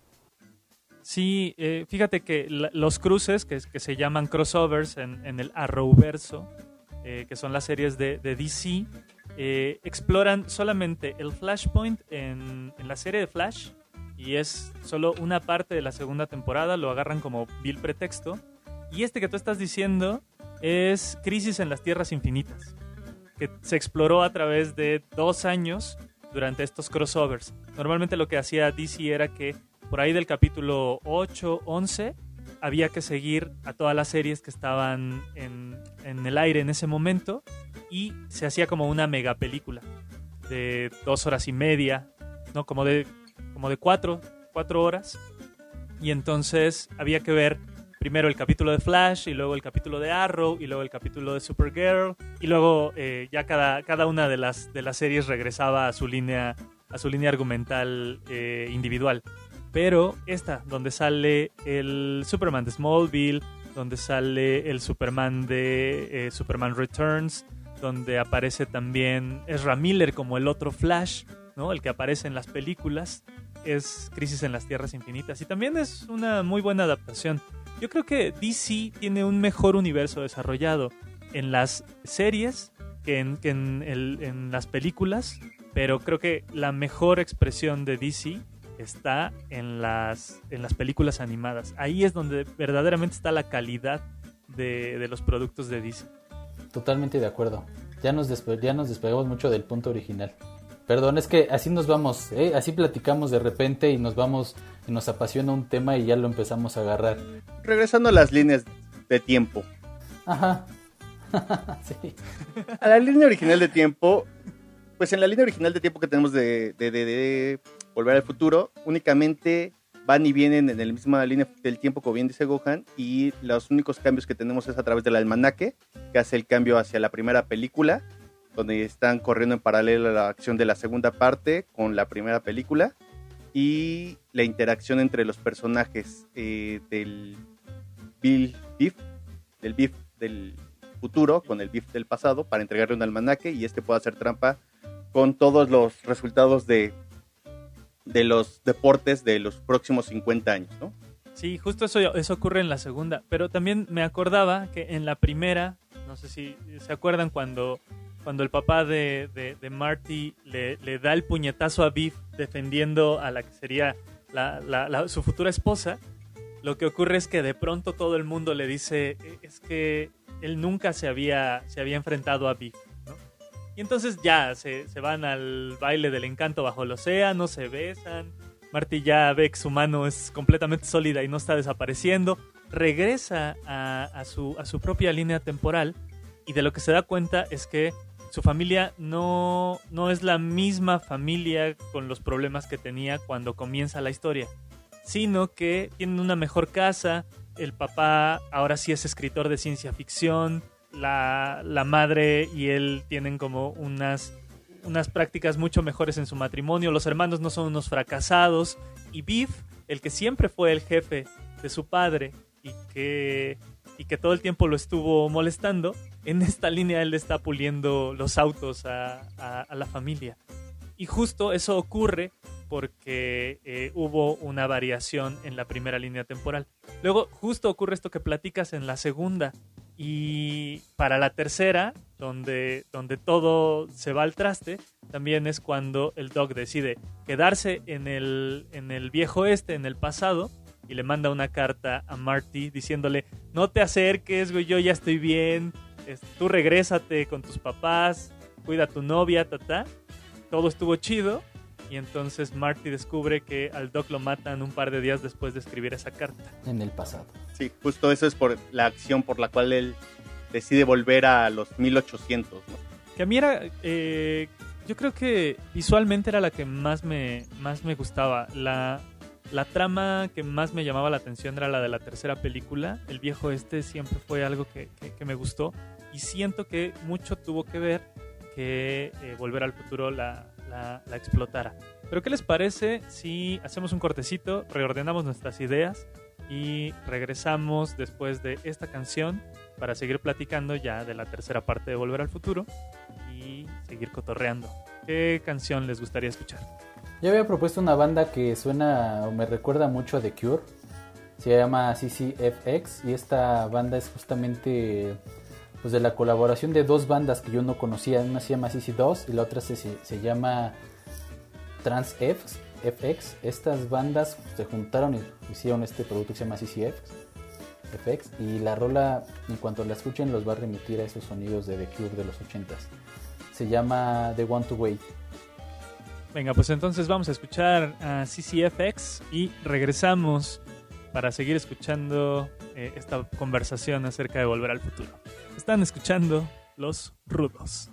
Sí, eh, fíjate que la, los cruces, que, que se llaman crossovers en, en el Arrowverso, eh, que son las series de, de D C, eh, exploran solamente el Flashpoint en, en la serie de Flash, y es solo una parte de la segunda temporada, lo agarran como vil pretexto. Y este que tú estás diciendo es Crisis en las Tierras Infinitas, que se exploró a través de dos años durante estos crossovers. Normalmente lo que hacía D C era que por ahí del capítulo ocho, once, había que seguir a todas las series que estaban en, en el aire en ese momento, y se hacía como una mega película de dos horas y media, ¿no? Como de, como de cuatro, cuatro horas. Y entonces había que ver primero el capítulo de Flash, y luego el capítulo de Arrow, y luego el capítulo de Supergirl, y luego eh, ya cada, cada una de las, de las series regresaba a su línea, a su línea argumental eh, individual. Pero esta, donde sale el Superman de Smallville, donde sale el Superman de eh, Superman Returns, donde aparece también Ezra Miller como el otro Flash, ¿no? El que aparece en las películas, es Crisis en las Tierras Infinitas. Y también es una muy buena adaptación. Yo creo que D C tiene un mejor universo desarrollado en las series que en, que en, el, en las películas, pero creo que la mejor expresión de D C está en las, en las películas animadas. Ahí es donde verdaderamente está la calidad de, de los productos de D C. Totalmente de acuerdo. Ya nos, despe- ya nos despegamos mucho del punto original. Perdón, es que así nos vamos, ¿eh? Así platicamos de repente y nos vamos, y nos apasiona un tema y ya lo empezamos a agarrar. Regresando a las líneas de tiempo. Ajá. Sí. A la línea original de tiempo, pues en la línea original de tiempo que tenemos de, de, de, de Volver al Futuro, únicamente van y vienen en la misma línea del tiempo, como bien dice Gohan, y los únicos cambios que tenemos es a través del almanaque, que hace el cambio hacia la primera película, donde están corriendo en paralelo a la acción de la segunda parte con la primera película, y la interacción entre los personajes eh, del Bill Biff, del Biff del futuro con el Biff del pasado, para entregarle un almanaque y este pueda hacer trampa con todos los resultados de de los deportes de los próximos cincuenta años, ¿no? Sí, justo eso, eso ocurre en la segunda, pero también me acordaba que en la primera, no sé si se acuerdan cuando, cuando el papá de, de, de Marty le, le da el puñetazo a Biff defendiendo a la que sería la, la, la, su futura esposa. Lo que ocurre es que de pronto todo el mundo le dice, es que él nunca se había, se había enfrentado a Biff, ¿no? Y entonces ya se, se van al baile del encanto bajo el océano, se besan. Marty ya ve que su mano es completamente sólida y no está desapareciendo. Regresa a, a, su, a su propia línea temporal, y de lo que se da cuenta es que su familia no, no es la misma familia con los problemas que tenía cuando comienza la historia, sino que tienen una mejor casa. El papá ahora sí es escritor de ciencia ficción. La, la madre y él tienen como unas, unas prácticas mucho mejores en su matrimonio. Los hermanos no son unos fracasados. Y Biff, el que siempre fue el jefe de su padre y que, y que todo el tiempo lo estuvo molestando, en esta línea él le está puliendo los autos a, a, a la familia. Y justo eso ocurre porque eh, hubo una variación en la primera línea temporal. Luego justo ocurre esto que platicas en la segunda. Y para la tercera, donde, donde todo se va al traste, también es cuando el Doc decide quedarse en el, en el viejo este, en el pasado, y le manda una carta a Marty diciéndole, no te acerques, güey, yo ya estoy bien, tú regrésate con tus papás, cuida a tu novia, tata. Todo estuvo chido. Y entonces Marty descubre que al Doc lo matan un par de días después de escribir esa carta. En el pasado. Sí, justo eso es por la acción por la cual él decide volver a los mil ochocientos, ¿no? Que a mí era, eh, yo creo que visualmente era la que más me, más me gustaba. La, la trama que más me llamaba la atención era la de la tercera película. El viejo este siempre fue algo que, que, que me gustó. Y siento que mucho tuvo que ver que eh, Volver al Futuro la... La, la explotara. Pero ¿qué les parece si hacemos un cortecito, reordenamos nuestras ideas y regresamos después de esta canción para seguir platicando ya de la tercera parte de Volver al Futuro y seguir cotorreando. ¿Qué canción les gustaría escuchar? Yo había propuesto una banda que suena o me recuerda mucho a The Cure. Se llama C C F X y esta banda es justamente pues de la colaboración de dos bandas que yo no conocía. Una se llama C C dos y la otra se, se, se llama Trans F X. Estas bandas se juntaron y hicieron este producto que se llama C C F X y la rola, en cuanto la escuchen, los va a remitir a esos sonidos de The Cure de los ochentas. Se llama The Want to Wait. Venga, pues entonces vamos a escuchar a C C F X y regresamos para seguir escuchando eh, esta conversación acerca de Volver al Futuro. Están escuchando Los Rudos.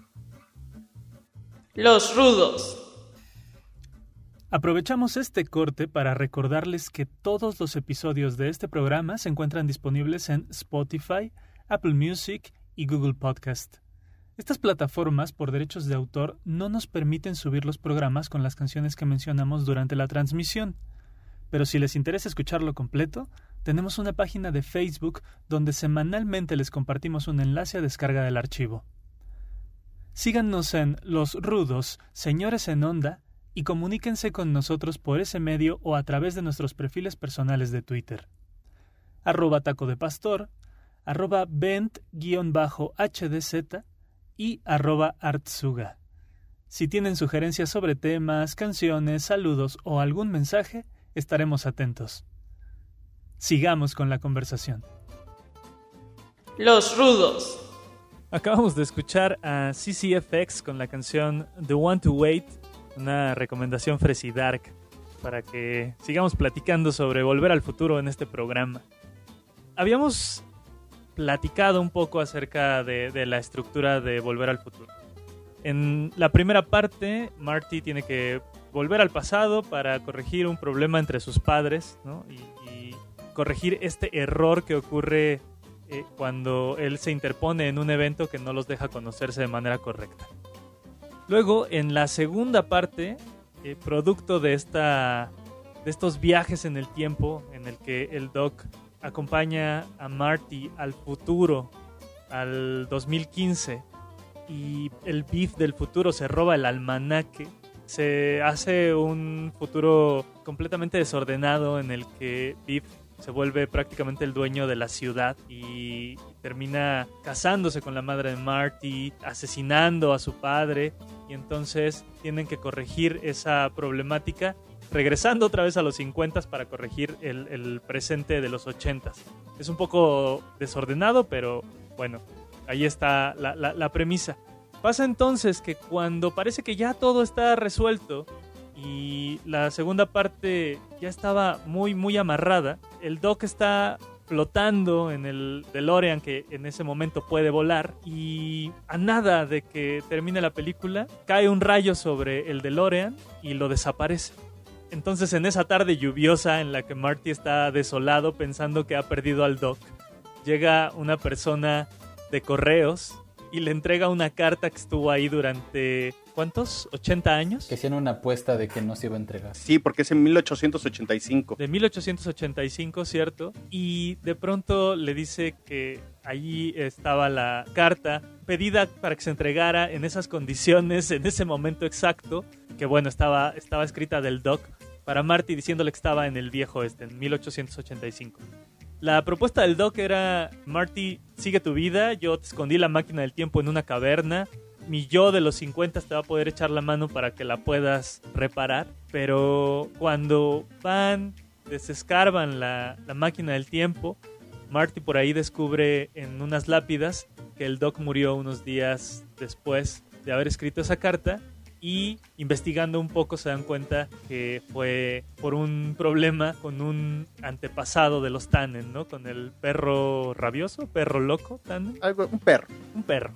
Los Rudos. Aprovechamos este corte para recordarles que todos los episodios de este programa se encuentran disponibles en Spotify, Apple Music y Google Podcast. Estas plataformas, por derechos de autor, no nos permiten subir los programas con las canciones que mencionamos durante la transmisión. Pero si les interesa escucharlo completo, tenemos una página de Facebook donde semanalmente les compartimos un enlace a descarga del archivo. Síganos en Los Rudos, Señores en Onda, y comuníquense con nosotros por ese medio o a través de nuestros perfiles personales de Twitter. Arroba Taco de Pastor, arroba Bent-H D Z y arroba Artsuga. Si tienen sugerencias sobre temas, canciones, saludos o algún mensaje, estaremos atentos. Sigamos con la conversación. Los Rudos. Acabamos de escuchar a C C F X con la canción The Want to Wait, una recomendación fresidark para que sigamos platicando sobre Volver al Futuro en este programa. Habíamos platicado un poco acerca de, de la estructura de Volver al Futuro. En la primera parte, Marty tiene que volver al pasado para corregir un problema entre sus padres, ¿no? y, y corregir este error que ocurre eh, cuando él se interpone en un evento que no los deja conocerse de manera correcta. Luego, en la segunda parte, eh, producto de, esta, de estos viajes en el tiempo, en el que el Doc acompaña a Marty al futuro, al dos mil quince, y el Biff del futuro se roba el almanaque, se hace un futuro completamente desordenado en el que Biff se vuelve prácticamente el dueño de la ciudad y termina casándose con la madre de Marty, asesinando a su padre, y entonces tienen que corregir esa problemática regresando otra vez a los cincuenta para corregir el, el presente de los ochenta. Es un poco desordenado, pero bueno, ahí está la, la, la premisa. Pasa entonces que cuando parece que ya todo está resuelto y la segunda parte ya estaba muy muy amarrada, el Doc está flotando en el DeLorean que en ese momento puede volar, y a nada de que termine la película cae un rayo sobre el DeLorean y lo desaparece. Entonces, en esa tarde lluviosa en la que Marty está desolado pensando que ha perdido al Doc, llega una persona de correos y le entrega una carta que estuvo ahí durante, ¿cuántos? ¿ochenta años? Que hacían una apuesta de que no se iba a entregar. Sí, porque es en mil ochocientos ochenta y cinco. De mil ochocientos ochenta y cinco, ¿cierto? Y de pronto le dice que allí estaba la carta pedida para que se entregara en esas condiciones, en ese momento exacto, que bueno, estaba, estaba escrita del Doc para Marty diciéndole que estaba en el viejo este, en mil ochocientos ochenta y cinco. La propuesta del Doc era: Marty, sigue tu vida, yo te escondí la máquina del tiempo en una caverna, mi yo de los cincuenta te va a poder echar la mano para que la puedas reparar, pero cuando van, desescarban la, la máquina del tiempo, Marty por ahí descubre en unas lápidas que el Doc murió unos días después de haber escrito esa carta, y investigando un poco se dan cuenta que fue por un problema con un antepasado de los Tannen, ¿no? Con el perro rabioso, perro loco, Tannen. Algo, un perro. Un perro.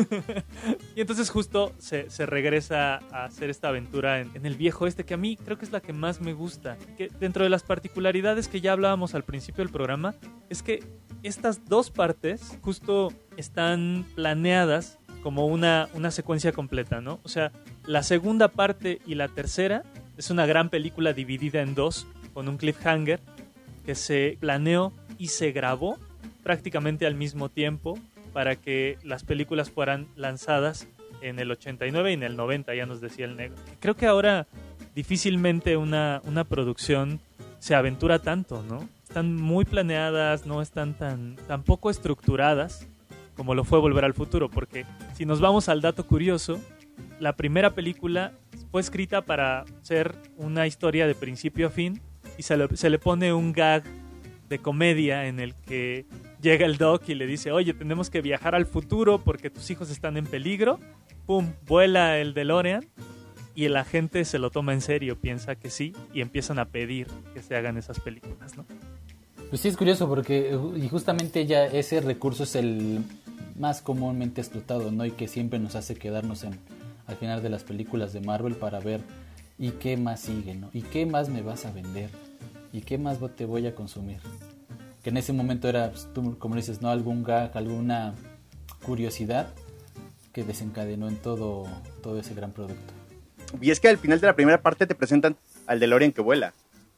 Y entonces justo se, se regresa a hacer esta aventura en, en el viejo este, que a mí creo que es la que más me gusta. Que dentro de las particularidades que ya hablábamos al principio del programa, es que estas dos partes justo están planeadas como una, una secuencia completa, ¿no? O sea, la segunda parte y la tercera es una gran película dividida en dos, con un cliffhanger que se planeó y se grabó prácticamente al mismo tiempo para que las películas fueran lanzadas en el ochenta y nueve y en el noventa, ya nos decía el negro. Creo que ahora difícilmente una, una producción se aventura tanto, ¿no? Están muy planeadas, no están tan, tan poco estructuradas como lo fue Volver al Futuro, porque si nos vamos al dato curioso, la primera película fue escrita para ser una historia de principio a fin y se le, se le pone un gag de comedia en el que llega el Doc y le dice, oye, tenemos que viajar al futuro porque tus hijos están en peligro. Pum, vuela el DeLorean y el agente se lo toma en serio, piensa que sí y empiezan a pedir que se hagan esas películas, ¿no? Pues sí, es curioso porque y justamente ya ese recurso es el más comúnmente explotado, ¿no? Y que siempre nos hace quedarnos en al final de las películas de Marvel para ver y qué más sigue, ¿no? Y qué más me vas a vender y qué más te voy a consumir. Que en ese momento era, pues, tú, como dices, ¿no? Algún gag, alguna curiosidad que desencadenó en todo, todo ese gran producto. Y es que al final de la primera parte te presentan al DeLorean que vuela.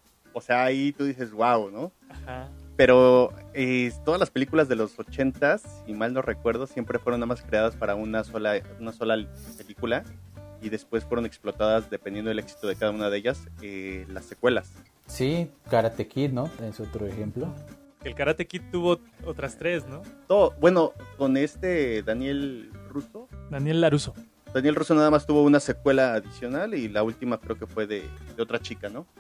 O sea, ahí tú dices, wow, ¿no? Ajá. Pero eh, todas las películas de los ochentas, si mal no recuerdo, siempre fueron nada más creadas para una sola, una sola película y después fueron explotadas, dependiendo del éxito de cada una de ellas, eh, las secuelas. Sí, Karate Kid, ¿no? Es otro ejemplo. El Karate Kid tuvo otras tres, ¿no? Todo, bueno, con este Daniel Russo. Daniel LaRusso. Daniel Russo nada más tuvo una secuela adicional y la última creo que fue de, de otra chica, ¿no?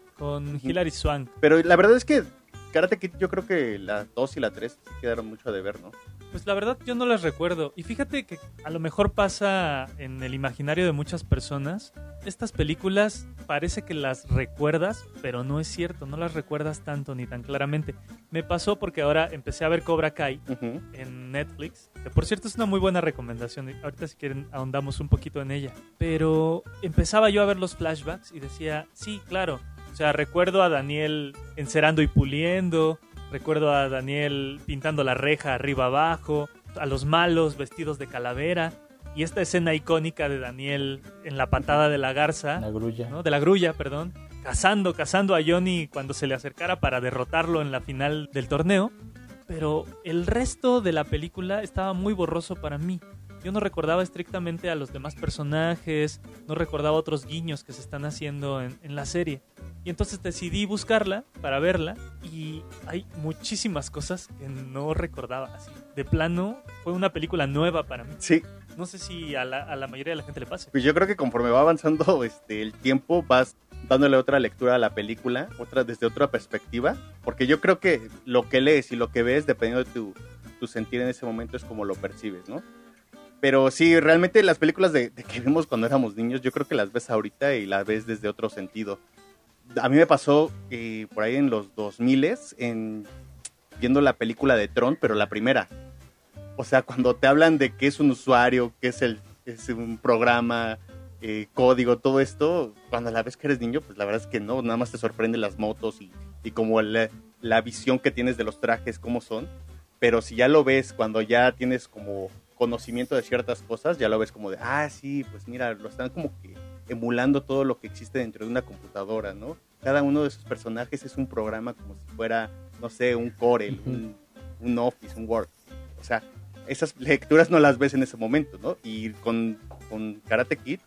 Con Hilary Swank. Pero la verdad es que Karate Kid yo creo que la dos y la tres sí quedaron mucho a deber, ¿no? Pues la verdad yo no las recuerdo. Y fíjate que a lo mejor pasa en el imaginario de muchas personas. Estas películas parece que las recuerdas, pero no es cierto. No las recuerdas tanto ni tan claramente. Me pasó porque ahora empecé a ver Cobra Kai Uh-huh. en Netflix. Que por cierto es una muy buena recomendación. Ahorita si quieren ahondamos un poquito en ella. Pero empezaba yo a ver los flashbacks y decía, sí, claro. O sea, recuerdo a Daniel encerando y puliendo, recuerdo a Daniel pintando la reja arriba abajo, a los malos vestidos de calavera, y esta escena icónica de Daniel en la patada de la garza, La grulla. ¿no? De la grulla, perdón, cazando, cazando a Johnny cuando se le acercara para derrotarlo en la final del torneo, pero el resto de la película estaba muy borroso para mí. Yo no recordaba estrictamente a los demás personajes, no recordaba otros guiños que se están haciendo en, en la serie. Y entonces decidí buscarla para verla y hay muchísimas cosas que no recordaba. Así, de plano, fue una película nueva para mí. Sí, No sé si a la, a la mayoría de la gente le pase. pues yo creo que conforme va avanzando este, el tiempo, vas dándole otra lectura a la película, otra desde otra perspectiva, porque yo creo que lo que lees y lo que ves, dependiendo de tu, tu sentir en ese momento, es como lo percibes, ¿no? Pero sí, realmente las películas de, de que vimos cuando éramos niños, yo creo que las ves ahorita y las ves desde otro sentido. A mí me pasó eh, por ahí en los dos mil, en, viendo la película de Tron, pero la primera. O sea, cuando te hablan de qué es un usuario, qué es, el, es un programa, eh, código, todo esto, cuando la ves que eres niño, pues la verdad es que no, nada más te sorprenden las motos y, y como la, la visión que tienes de los trajes, cómo son. Pero si ya lo ves cuando ya tienes como conocimiento de ciertas cosas, ya lo ves como de, ah, sí, pues mira, lo están como que emulando todo lo que existe dentro de una computadora, ¿no? Cada uno de esos personajes es un programa como si fuera, no sé, un Corel, uh-huh. un, un Office, un Word. O sea, esas lecturas no las ves en ese momento, ¿no? Y con, con Karate Kid,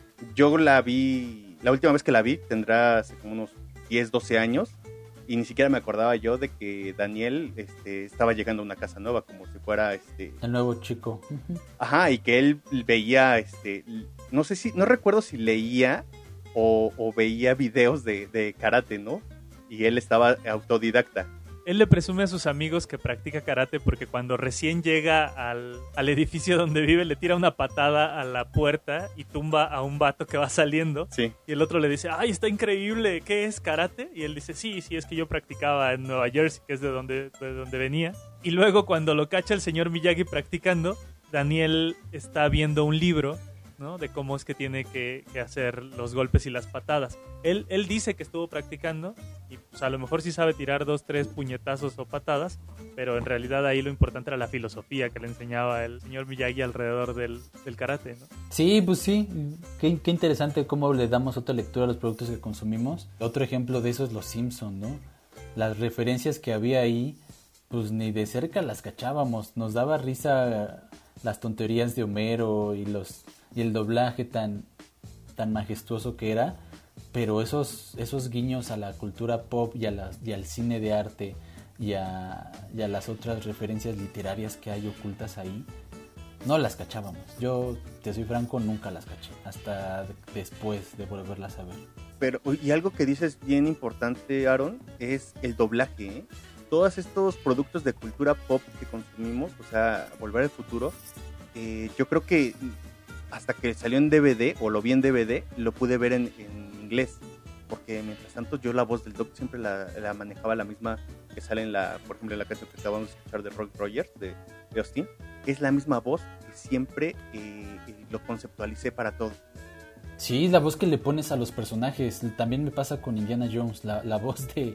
yo la vi, la última vez que la vi tendrá hace como unos diez, doce años, y ni siquiera me acordaba yo de que Daniel este, estaba llegando a una casa nueva, como si fuera este el nuevo chico. Ajá, y que él veía, este, no sé si, no recuerdo si leía o, o veía videos de, de karate, ¿no? Y él estaba autodidacta. Él le presume a sus amigos que practica karate porque cuando recién llega al, al edificio donde vive le tira una patada a la puerta y tumba a un vato que va saliendo. Sí. Y el otro le dice, ¡ay, está increíble! ¿Qué es karate? Y él dice, sí, sí, es que yo practicaba en Nueva Jersey, que es de donde, de donde venía. Y luego cuando lo cacha el señor Miyagi practicando, Daniel está viendo un libro, ¿no? De cómo es que tiene que, que hacer los golpes y las patadas. Él, él dice que estuvo practicando y pues, a lo mejor sí sabe tirar dos, tres puñetazos o patadas, pero en realidad ahí lo importante era la filosofía que le enseñaba el señor Miyagi alrededor del, del karate, ¿no? Sí, pues sí, qué, qué interesante cómo le damos otra lectura a los productos que consumimos. Otro ejemplo de eso es Los Simpson, ¿no? Las referencias que había ahí pues ni de cerca las cachábamos. Nos daba risa las tonterías de Homero y los y el doblaje tan tan majestuoso que era, pero esos esos guiños a la cultura pop y a la, y al cine de arte y a, y a las otras referencias literarias que hay ocultas ahí, no las cachábamos. Yo, te soy franco, nunca las caché, hasta después de volverlas a ver. Pero, y algo que dices bien importante, Aaron, es el doblaje, ¿eh? Todos estos productos de cultura pop que consumimos, o sea, Volver al Futuro, eh, yo creo que hasta que salió en D V D, o lo vi en D V D, lo pude ver en, en inglés, porque mientras tanto yo la voz del Doc siempre la, la manejaba la misma que sale en la, por ejemplo, en la canción que acabamos de escuchar de Roy Rogers, de, de Austin, es la misma voz que siempre eh, lo conceptualicé para todo. Sí, la voz que le pones a los personajes. También me pasa con Indiana Jones. La, la voz de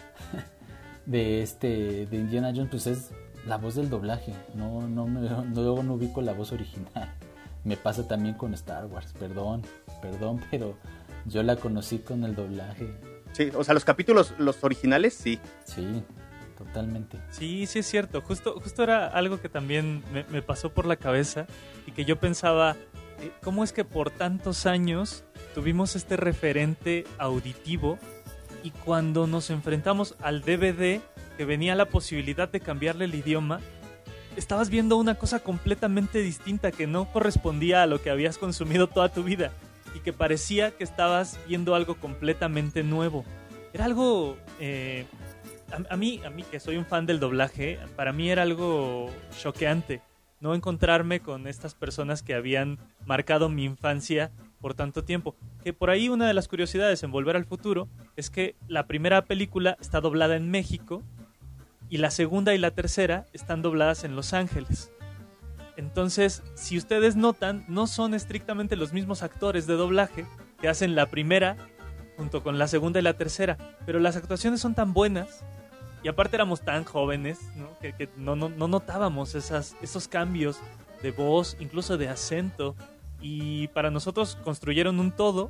de este de Indiana Jones, pues es la voz del doblaje. No, no, me, no, luego no ubico la voz original. Me pasa también con Star Wars. Perdón, perdón, pero yo la conocí con el doblaje. Sí, o sea, los capítulos, los originales, sí. Sí, totalmente. Sí, sí es cierto. Justo, justo era algo que también me, me pasó por la cabeza y que yo pensaba, eh, ¿cómo es que por tantos años tuvimos este referente auditivo y cuando nos enfrentamos al D V D, que venía la posibilidad de cambiarle el idioma, estabas viendo una cosa completamente distinta que no correspondía a lo que habías consumido toda tu vida y que parecía que estabas viendo algo completamente nuevo? Era algo... Eh, a, a mí, a mí que soy un fan del doblaje, para mí era algo choqueante no encontrarme con estas personas que habían marcado mi infancia por tanto tiempo. Que por ahí una de las curiosidades en Volver al Futuro es que la primera película está doblada en México y la segunda y la tercera están dobladas en Los Ángeles. Entonces, si ustedes notan, no son estrictamente los mismos actores de doblaje que hacen la primera junto con la segunda y la tercera, pero las actuaciones son tan buenas y aparte éramos tan jóvenes, ¿no? que, que no, no, no notábamos esas, esos cambios de voz, incluso de acento, y para nosotros construyeron un todo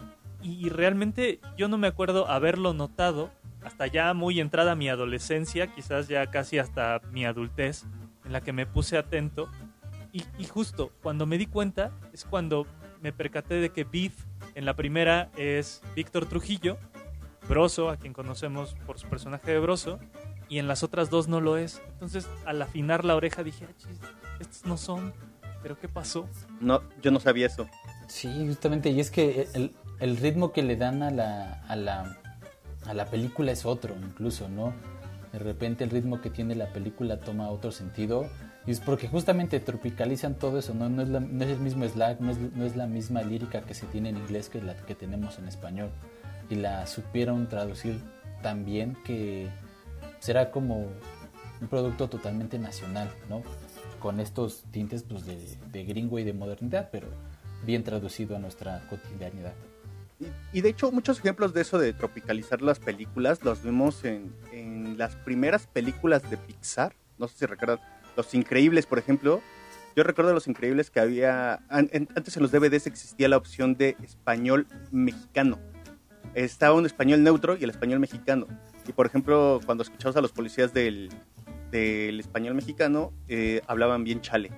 y realmente yo no me acuerdo haberlo notado hasta ya muy entrada mi adolescencia, quizás ya casi hasta mi adultez, en la que me puse atento. Y, y justo cuando me di cuenta es cuando me percaté de que Biff en la primera es Víctor Trujillo, Broso, a quien conocemos por su personaje de Broso, y en las otras dos no lo es. Entonces al afinar la oreja dije, ah, chis, estos no son, pero ¿qué pasó? No, yo no sabía eso. Sí, justamente, y es que el, el ritmo que le dan a la, a la a la película es otro, incluso, ¿no? De repente el ritmo que tiene la película toma otro sentido. Y es porque justamente tropicalizan todo eso, ¿no? No es, la, no es el mismo slang, no es, no es la misma lírica que se tiene en inglés que la que tenemos en español. Y la supieron traducir tan bien que será como un producto totalmente nacional, ¿no? Con estos tintes pues, de, de gringo y de modernidad, pero bien traducido a nuestra cotidianidad. Y, y de hecho muchos ejemplos de eso de tropicalizar las películas los vimos en, en las primeras películas de Pixar. No sé si recuerdan Los Increíbles, por ejemplo. Yo recuerdo Los Increíbles que había antes en los D V Ds existía la opción de español mexicano. Estaba un español neutro y el español mexicano. Y por ejemplo, cuando escuchabas a los policías del, del español mexicano, eh, hablaban bien chale.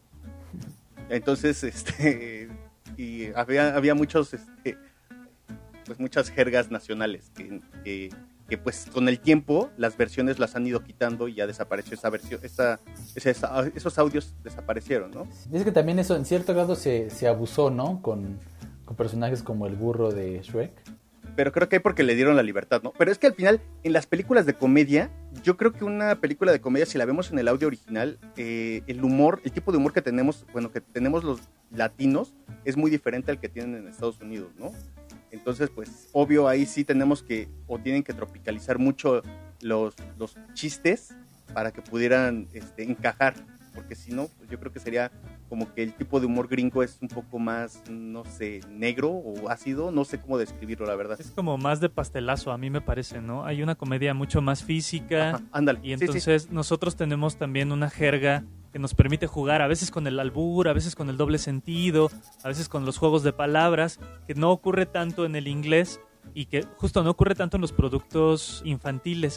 Entonces, este, y había, había muchos, este, pues muchas jergas nacionales que, que, que, pues con el tiempo las versiones las han ido quitando y ya desapareció esa versión, esa, esa, esos audios desaparecieron, ¿no? Es que también eso en cierto grado se, se abusó, ¿no? Con, con personajes como el burro de Shrek. Pero creo que hay porque le dieron la libertad, ¿no? Pero es que al final, en las películas de comedia, yo creo que una película de comedia, si la vemos en el audio original, eh, el humor, el tipo de humor que tenemos, bueno, que tenemos los latinos, es muy diferente al que tienen en Estados Unidos, ¿no? Entonces, pues, obvio, ahí sí tenemos que, o tienen que tropicalizar mucho los, los chistes para que pudieran este, encajar, porque si no, pues yo creo que sería como que el tipo de humor gringo es un poco más, no sé, negro o ácido, no sé cómo describirlo, la verdad. Es como más de pastelazo, a mí me parece, ¿no? Hay una comedia mucho más física. Ajá, ándale. Y entonces sí, sí. Nosotros tenemos también una jerga que nos permite jugar a veces con el albur, a veces con el doble sentido, a veces con los juegos de palabras, que no ocurre tanto en el inglés y que justo no ocurre tanto en los productos infantiles.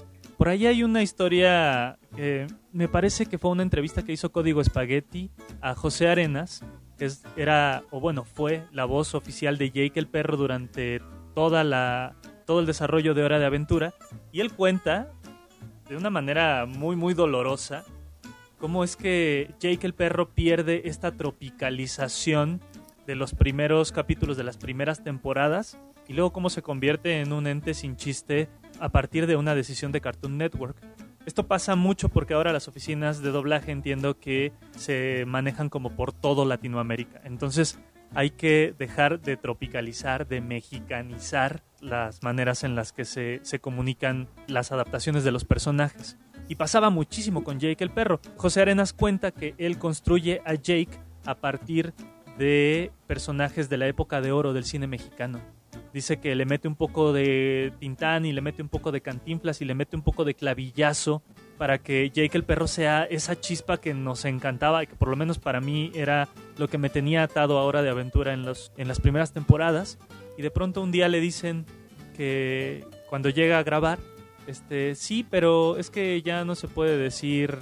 por ahí hay una historia, eh, me parece que fue una entrevista que hizo Código Spaghetti a José Arenas, que es, era, o bueno, fue la voz oficial de Jake el Perro durante toda la, todo el desarrollo de Hora de Aventura, y él cuenta de una manera muy, muy dolorosa cómo es que Jake el Perro pierde esta tropicalización de los primeros capítulos de las primeras temporadas y luego cómo se convierte en un ente sin chiste a partir de una decisión de Cartoon Network. Esto pasa mucho porque ahora las oficinas de doblaje entiendo que se manejan como por todo Latinoamérica. Entonces hay que dejar de tropicalizar, de mexicanizar las maneras en las que se, se comunican las adaptaciones de los personajes. Y pasaba muchísimo con Jake el Perro. José Arenas cuenta que él construye a Jake a partir de personajes de la época de oro del cine mexicano. Dice que le mete un poco de Tintán y le mete un poco de Cantinflas y le mete un poco de Clavillazo para que Jake el Perro sea esa chispa que nos encantaba y que por lo menos para mí era lo que me tenía atado a Hora de Aventura en, los, en las primeras temporadas. Y de pronto un día le dicen que cuando llega a grabar, este sí, pero es que ya no se puede decir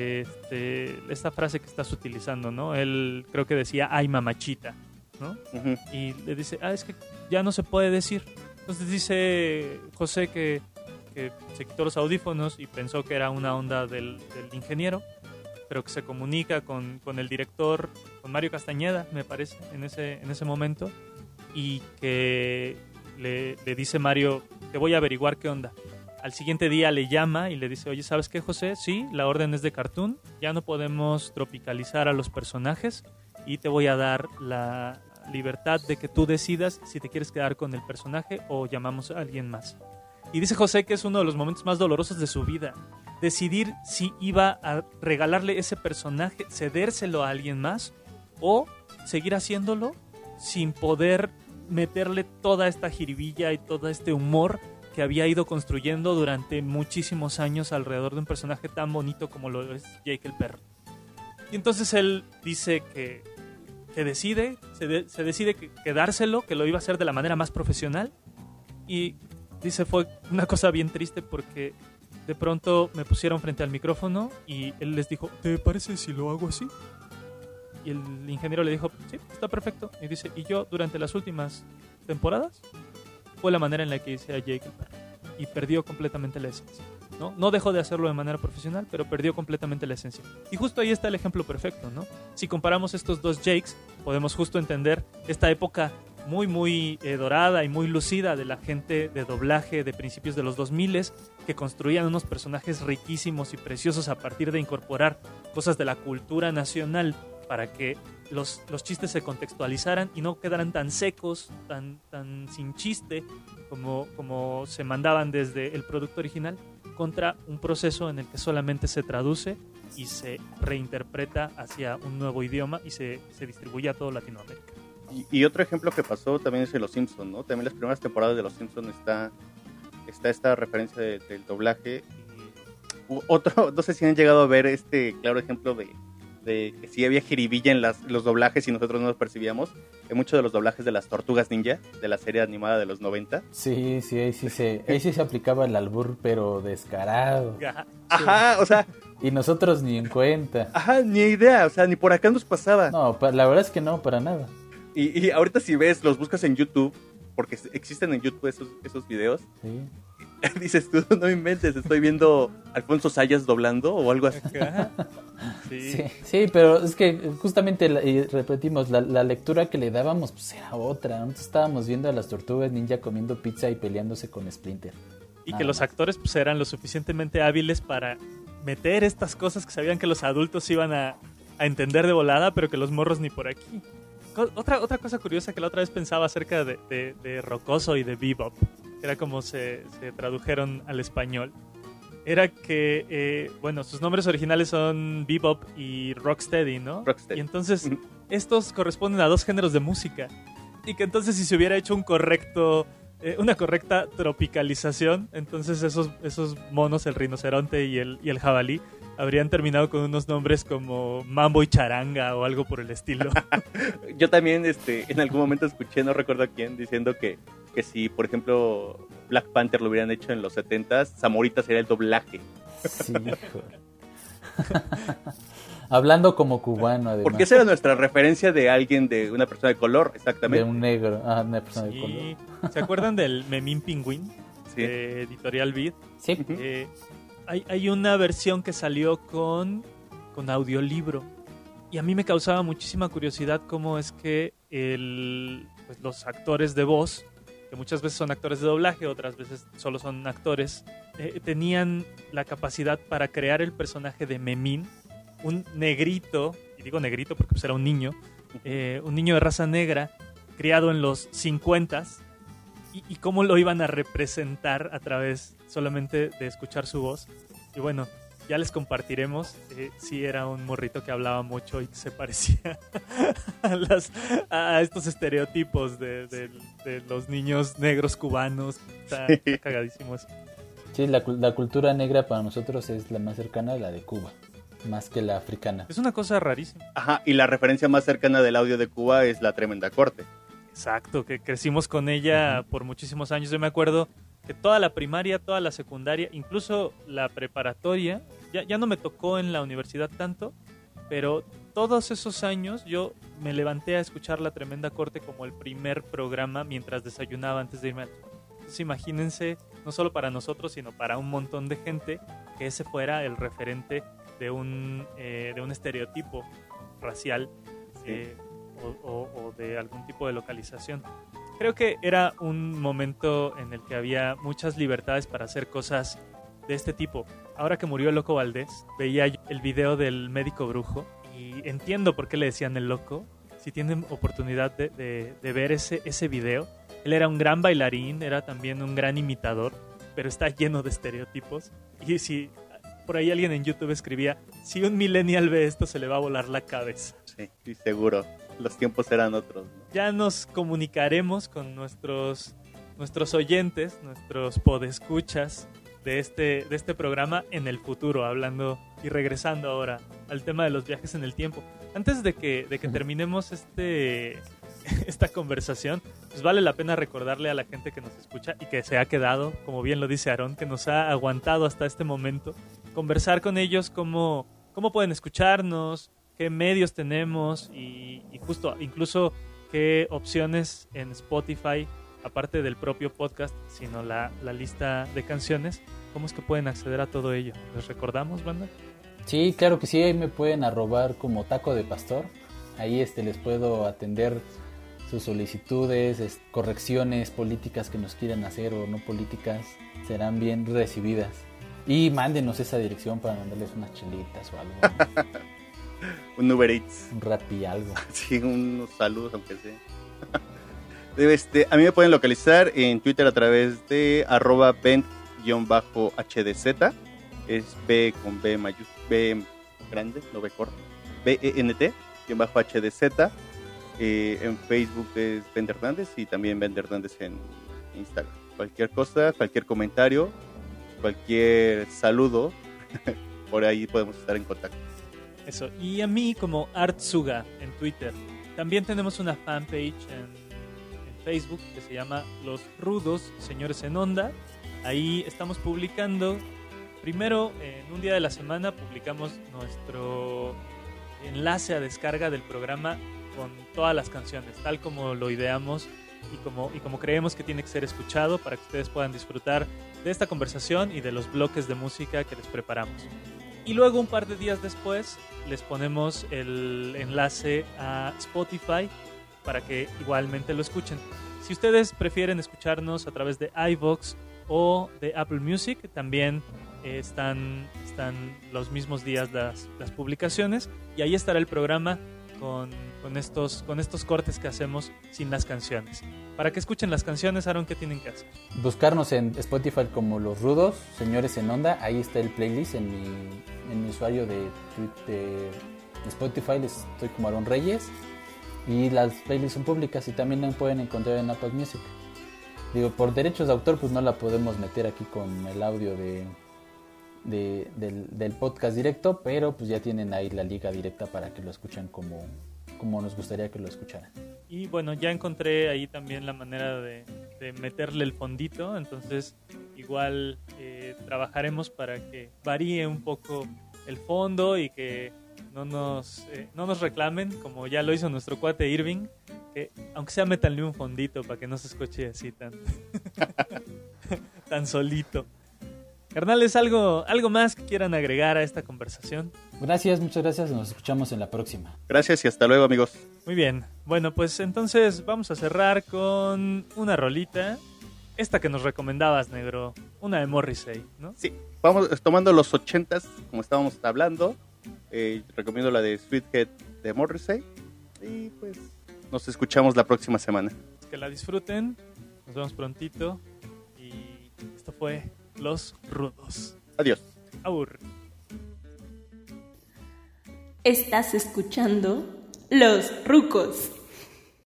este, esta frase que estás utilizando, ¿no? Él creo que decía, ay mamachita, ¿no? Uh-huh. Y le dice, ah, es que ya no se puede decir. Entonces dice José que, que se quitó los audífonos y pensó que era una onda del, del ingeniero, pero que se comunica con, con el director, con Mario Castañeda, me parece, en ese, en ese momento, y que le, le dice Mario, te voy a averiguar qué onda. Al siguiente día le llama y le dice, oye, ¿sabes qué, José? Sí, la orden es de Cartoon, ya no podemos tropicalizar a los personajes y te voy a dar la libertad de que tú decidas si te quieres quedar con el personaje o llamamos a alguien más. Y dice José que es uno de los momentos más dolorosos de su vida, decidir si iba a regalarle ese personaje, cedérselo a alguien más o seguir haciéndolo sin poder meterle toda esta jiribilla y todo este humor que había ido construyendo durante muchísimos años alrededor de un personaje tan bonito como lo es Jake el Perro. Y entonces él dice que, que decide, se, de, se decide que quedárselo, que lo iba a hacer de la manera más profesional. Y dice, fue una cosa bien triste porque de pronto me pusieron frente al micrófono y él les dijo, ¿te parece si lo hago así? Y el ingeniero le dijo, sí, está perfecto. Y dice, y yo durante las últimas temporadas fue la manera en la que hice a Jake el Perro y perdió completamente la esencia, ¿no? No dejó de hacerlo de manera profesional, pero perdió completamente la esencia. Y justo ahí está el ejemplo perfecto, ¿no? Si comparamos estos dos Jakes, podemos justo entender esta época muy, muy eh, dorada y muy lucida de la gente de doblaje de principios de los dos mil que construían unos personajes riquísimos y preciosos a partir de incorporar cosas de la cultura nacional para que los, los chistes se contextualizaran y no quedaran tan secos, tan, tan sin chiste como, como se mandaban desde el producto original, contra un proceso en el que solamente se traduce y se reinterpreta hacia un nuevo idioma y se, se distribuye a todo Latinoamérica. Y, y otro ejemplo que pasó también es en Los Simpsons, ¿no? También las primeras temporadas de Los Simpsons está, está esta referencia de, del doblaje. Y otro, no sé si han llegado a ver este claro ejemplo de de que sí había jiribilla en las, los doblajes y nosotros no los percibíamos, en muchos de los doblajes de las Tortugas Ninja, de la serie animada de los noventa. Sí, sí, ahí sí se, ahí sí se aplicaba el albur, pero descarado. Ajá, ajá, o sea... Y nosotros ni en cuenta. Ajá, ni idea, o sea, ni por acá nos pasaba. No, la verdad es que no, para nada. Y, y ahorita si ves, los buscas en YouTube, porque existen en YouTube esos, esos videos. Sí. Dices tú, no me inventes, estoy viendo Alfonso Sayas doblando o algo así. Sí. Sí, sí, pero es que justamente, y repetimos, la, la lectura que le dábamos pues era otra. Nosotros estábamos viendo a las Tortugas Ninja comiendo pizza y peleándose con Splinter. Y Nada que los más. actores pues eran lo suficientemente hábiles para meter estas cosas que sabían que los adultos iban a, a entender de volada, pero que los morros ni por aquí. Otra, otra cosa curiosa que la otra vez pensaba acerca de, de, de Rocoso y de Bebop, que era como se, se tradujeron al español, era que, eh, bueno, sus nombres originales son Bebop y Rocksteady, ¿no? Rocksteady. Y entonces estos corresponden a dos géneros de música. Y que entonces si se hubiera hecho un correcto, eh, una correcta tropicalización, entonces esos, esos monos, el rinoceronte y el, y el jabalí, habrían terminado con unos nombres como Mambo y Charanga o algo por el estilo. Yo también este, en algún momento escuché, no recuerdo a quién, diciendo que que si, por ejemplo, Black Panther lo hubieran hecho en los setentas, Zamorita sería el doblaje. Sí, hijo. Hablando como cubano, además. Porque esa era nuestra referencia de alguien, de una persona de color, exactamente. De un negro, ah, una persona Sí. de color. ¿Se acuerdan del Memín Pingüín? Sí. De Editorial Beat. Sí. Ujú. Eh, hay, hay una versión que salió con, con audiolibro. Y a mí me causaba muchísima curiosidad cómo es que el, pues los actores de voz, que muchas veces son actores de doblaje, otras veces solo son actores, eh, tenían la capacidad para crear el personaje de Memín, un negrito, y digo negrito porque pues era un niño, eh, un niño de raza negra, criado en los cincuentas, y, y cómo lo iban a representar a través solamente de escuchar su voz. Y bueno, ya les compartiremos. Eh, sí, era un morrito que hablaba mucho y que se parecía a, las, a estos estereotipos de, de, de los niños negros cubanos. Está, está cagadísimo eso. Sí, la, cul- la cultura negra para nosotros es la más cercana a la de Cuba, más que la africana. Es una cosa rarísima. Ajá, y la referencia más cercana del audio de Cuba es La Tremenda Corte. Exacto, que crecimos con ella uh-huh. por muchísimos años. Yo me acuerdo que toda la primaria, toda la secundaria, incluso la preparatoria, ya, ya no me tocó en la universidad tanto, pero todos esos años yo me levanté a escuchar La Tremenda Corte como el primer programa mientras desayunaba antes de irme a la escuela. Entonces imagínense, no solo para nosotros, sino para un montón de gente, que ese fuera el referente de un, eh, de un estereotipo racial. Sí. Eh, O, o, o de algún tipo de localización. Creo que era un momento en el que había muchas libertades para hacer cosas de este tipo. Ahora que murió el Loco Valdés, veía el video del médico brujo y entiendo por qué le decían el loco. Si tienen oportunidad de, de, de ver ese, ese video, él era un gran bailarín, era también un gran imitador, pero está lleno de estereotipos. Y si por ahí alguien en YouTube escribía, si un millennial ve esto se le va a volar la cabeza. Sí, sí, seguro. Los tiempos eran otros, ¿no? Ya nos comunicaremos con nuestros, nuestros oyentes, nuestros podescuchas de este, de este programa en el futuro, hablando y regresando ahora al tema de los viajes en el tiempo. Antes de que, de que terminemos este, esta conversación, pues vale la pena recordarle a la gente que nos escucha y que se ha quedado, como bien lo dice Aarón, que nos ha aguantado hasta este momento, conversar con ellos cómo, cómo pueden escucharnos, qué medios tenemos y, y justo incluso qué opciones en Spotify, aparte del propio podcast, sino la, la lista de canciones, cómo es que pueden acceder a todo ello. ¿Les recordamos, banda? Sí, claro que sí, ahí me pueden arrobar como Taco de Pastor. Ahí este les puedo atender sus solicitudes, es, correcciones políticas que nos quieran hacer o no políticas, serán bien recibidas. Y mándenos esa dirección para mandarles unas chelitas o algo. Un Uber Eats. Un Rappi, algo. Sí, unos saludos, aunque sea. Este, a mí me pueden localizar en Twitter a través de arroba bent-hdz. Es B con B mayúscula, B grande, no B corta. B E N T-hdz. Eh, en Facebook es Bent Hernández y también Bent Hernández en Instagram. Cualquier cosa, cualquier comentario, cualquier saludo, por ahí podemos estar en contacto. Eso, y a mí como Artsuga en Twitter. También tenemos una fanpage en, en Facebook que se llama Los Rudos Señores en Onda. Ahí estamos publicando, primero en un día de la semana publicamos nuestro enlace a descarga del programa con todas las canciones, tal como lo ideamos y como, y como creemos que tiene que ser escuchado para que ustedes puedan disfrutar de esta conversación y de los bloques de música que les preparamos. Y luego un par de días después les ponemos el enlace a Spotify para que igualmente lo escuchen. Si ustedes prefieren escucharnos a través de iVoox o de Apple Music, también eh, están, están los mismos días las, las publicaciones y ahí estará el programa con, con, estos, con estos cortes que hacemos sin las canciones. Para que escuchen las canciones, Aaron, ¿qué tienen que hacer? Buscarnos en Spotify como Los Rudos Señores en Onda. Ahí está el playlist en mi, en mi usuario de, de Spotify. Les estoy como Aaron Reyes. Y las playlists son públicas y también la pueden encontrar en Apple Music. Digo, por derechos de autor pues no la podemos meter aquí con el audio de, de, del, del podcast directo, pero pues ya tienen ahí la liga directa para que lo escuchen como, como nos gustaría que lo escucharan. Y bueno, ya encontré ahí también la manera de, de meterle el fondito, entonces igual eh, trabajaremos para que varíe un poco el fondo y que no nos, eh, no nos reclamen, como ya lo hizo nuestro cuate Irving, que aunque sea métanle un fondito para que no se escuche así tan, tan solito. Carnales, ¿algo, ¿algo más que quieran agregar a esta conversación? Gracias, muchas gracias. Nos escuchamos en la próxima. Gracias y hasta luego, amigos. Muy bien. Bueno, pues entonces vamos a cerrar con una rolita. Esta que nos recomendabas, negro. Una de Morrissey, ¿no? Sí, vamos tomando los ochentas, como estábamos hablando. Eh, recomiendo la de Sweethead de Morrissey. Y pues nos escuchamos la próxima semana. Que la disfruten. Nos vemos prontito. Y esto fue Los Rudos. Adiós. Aur. Estás escuchando Los Rucos.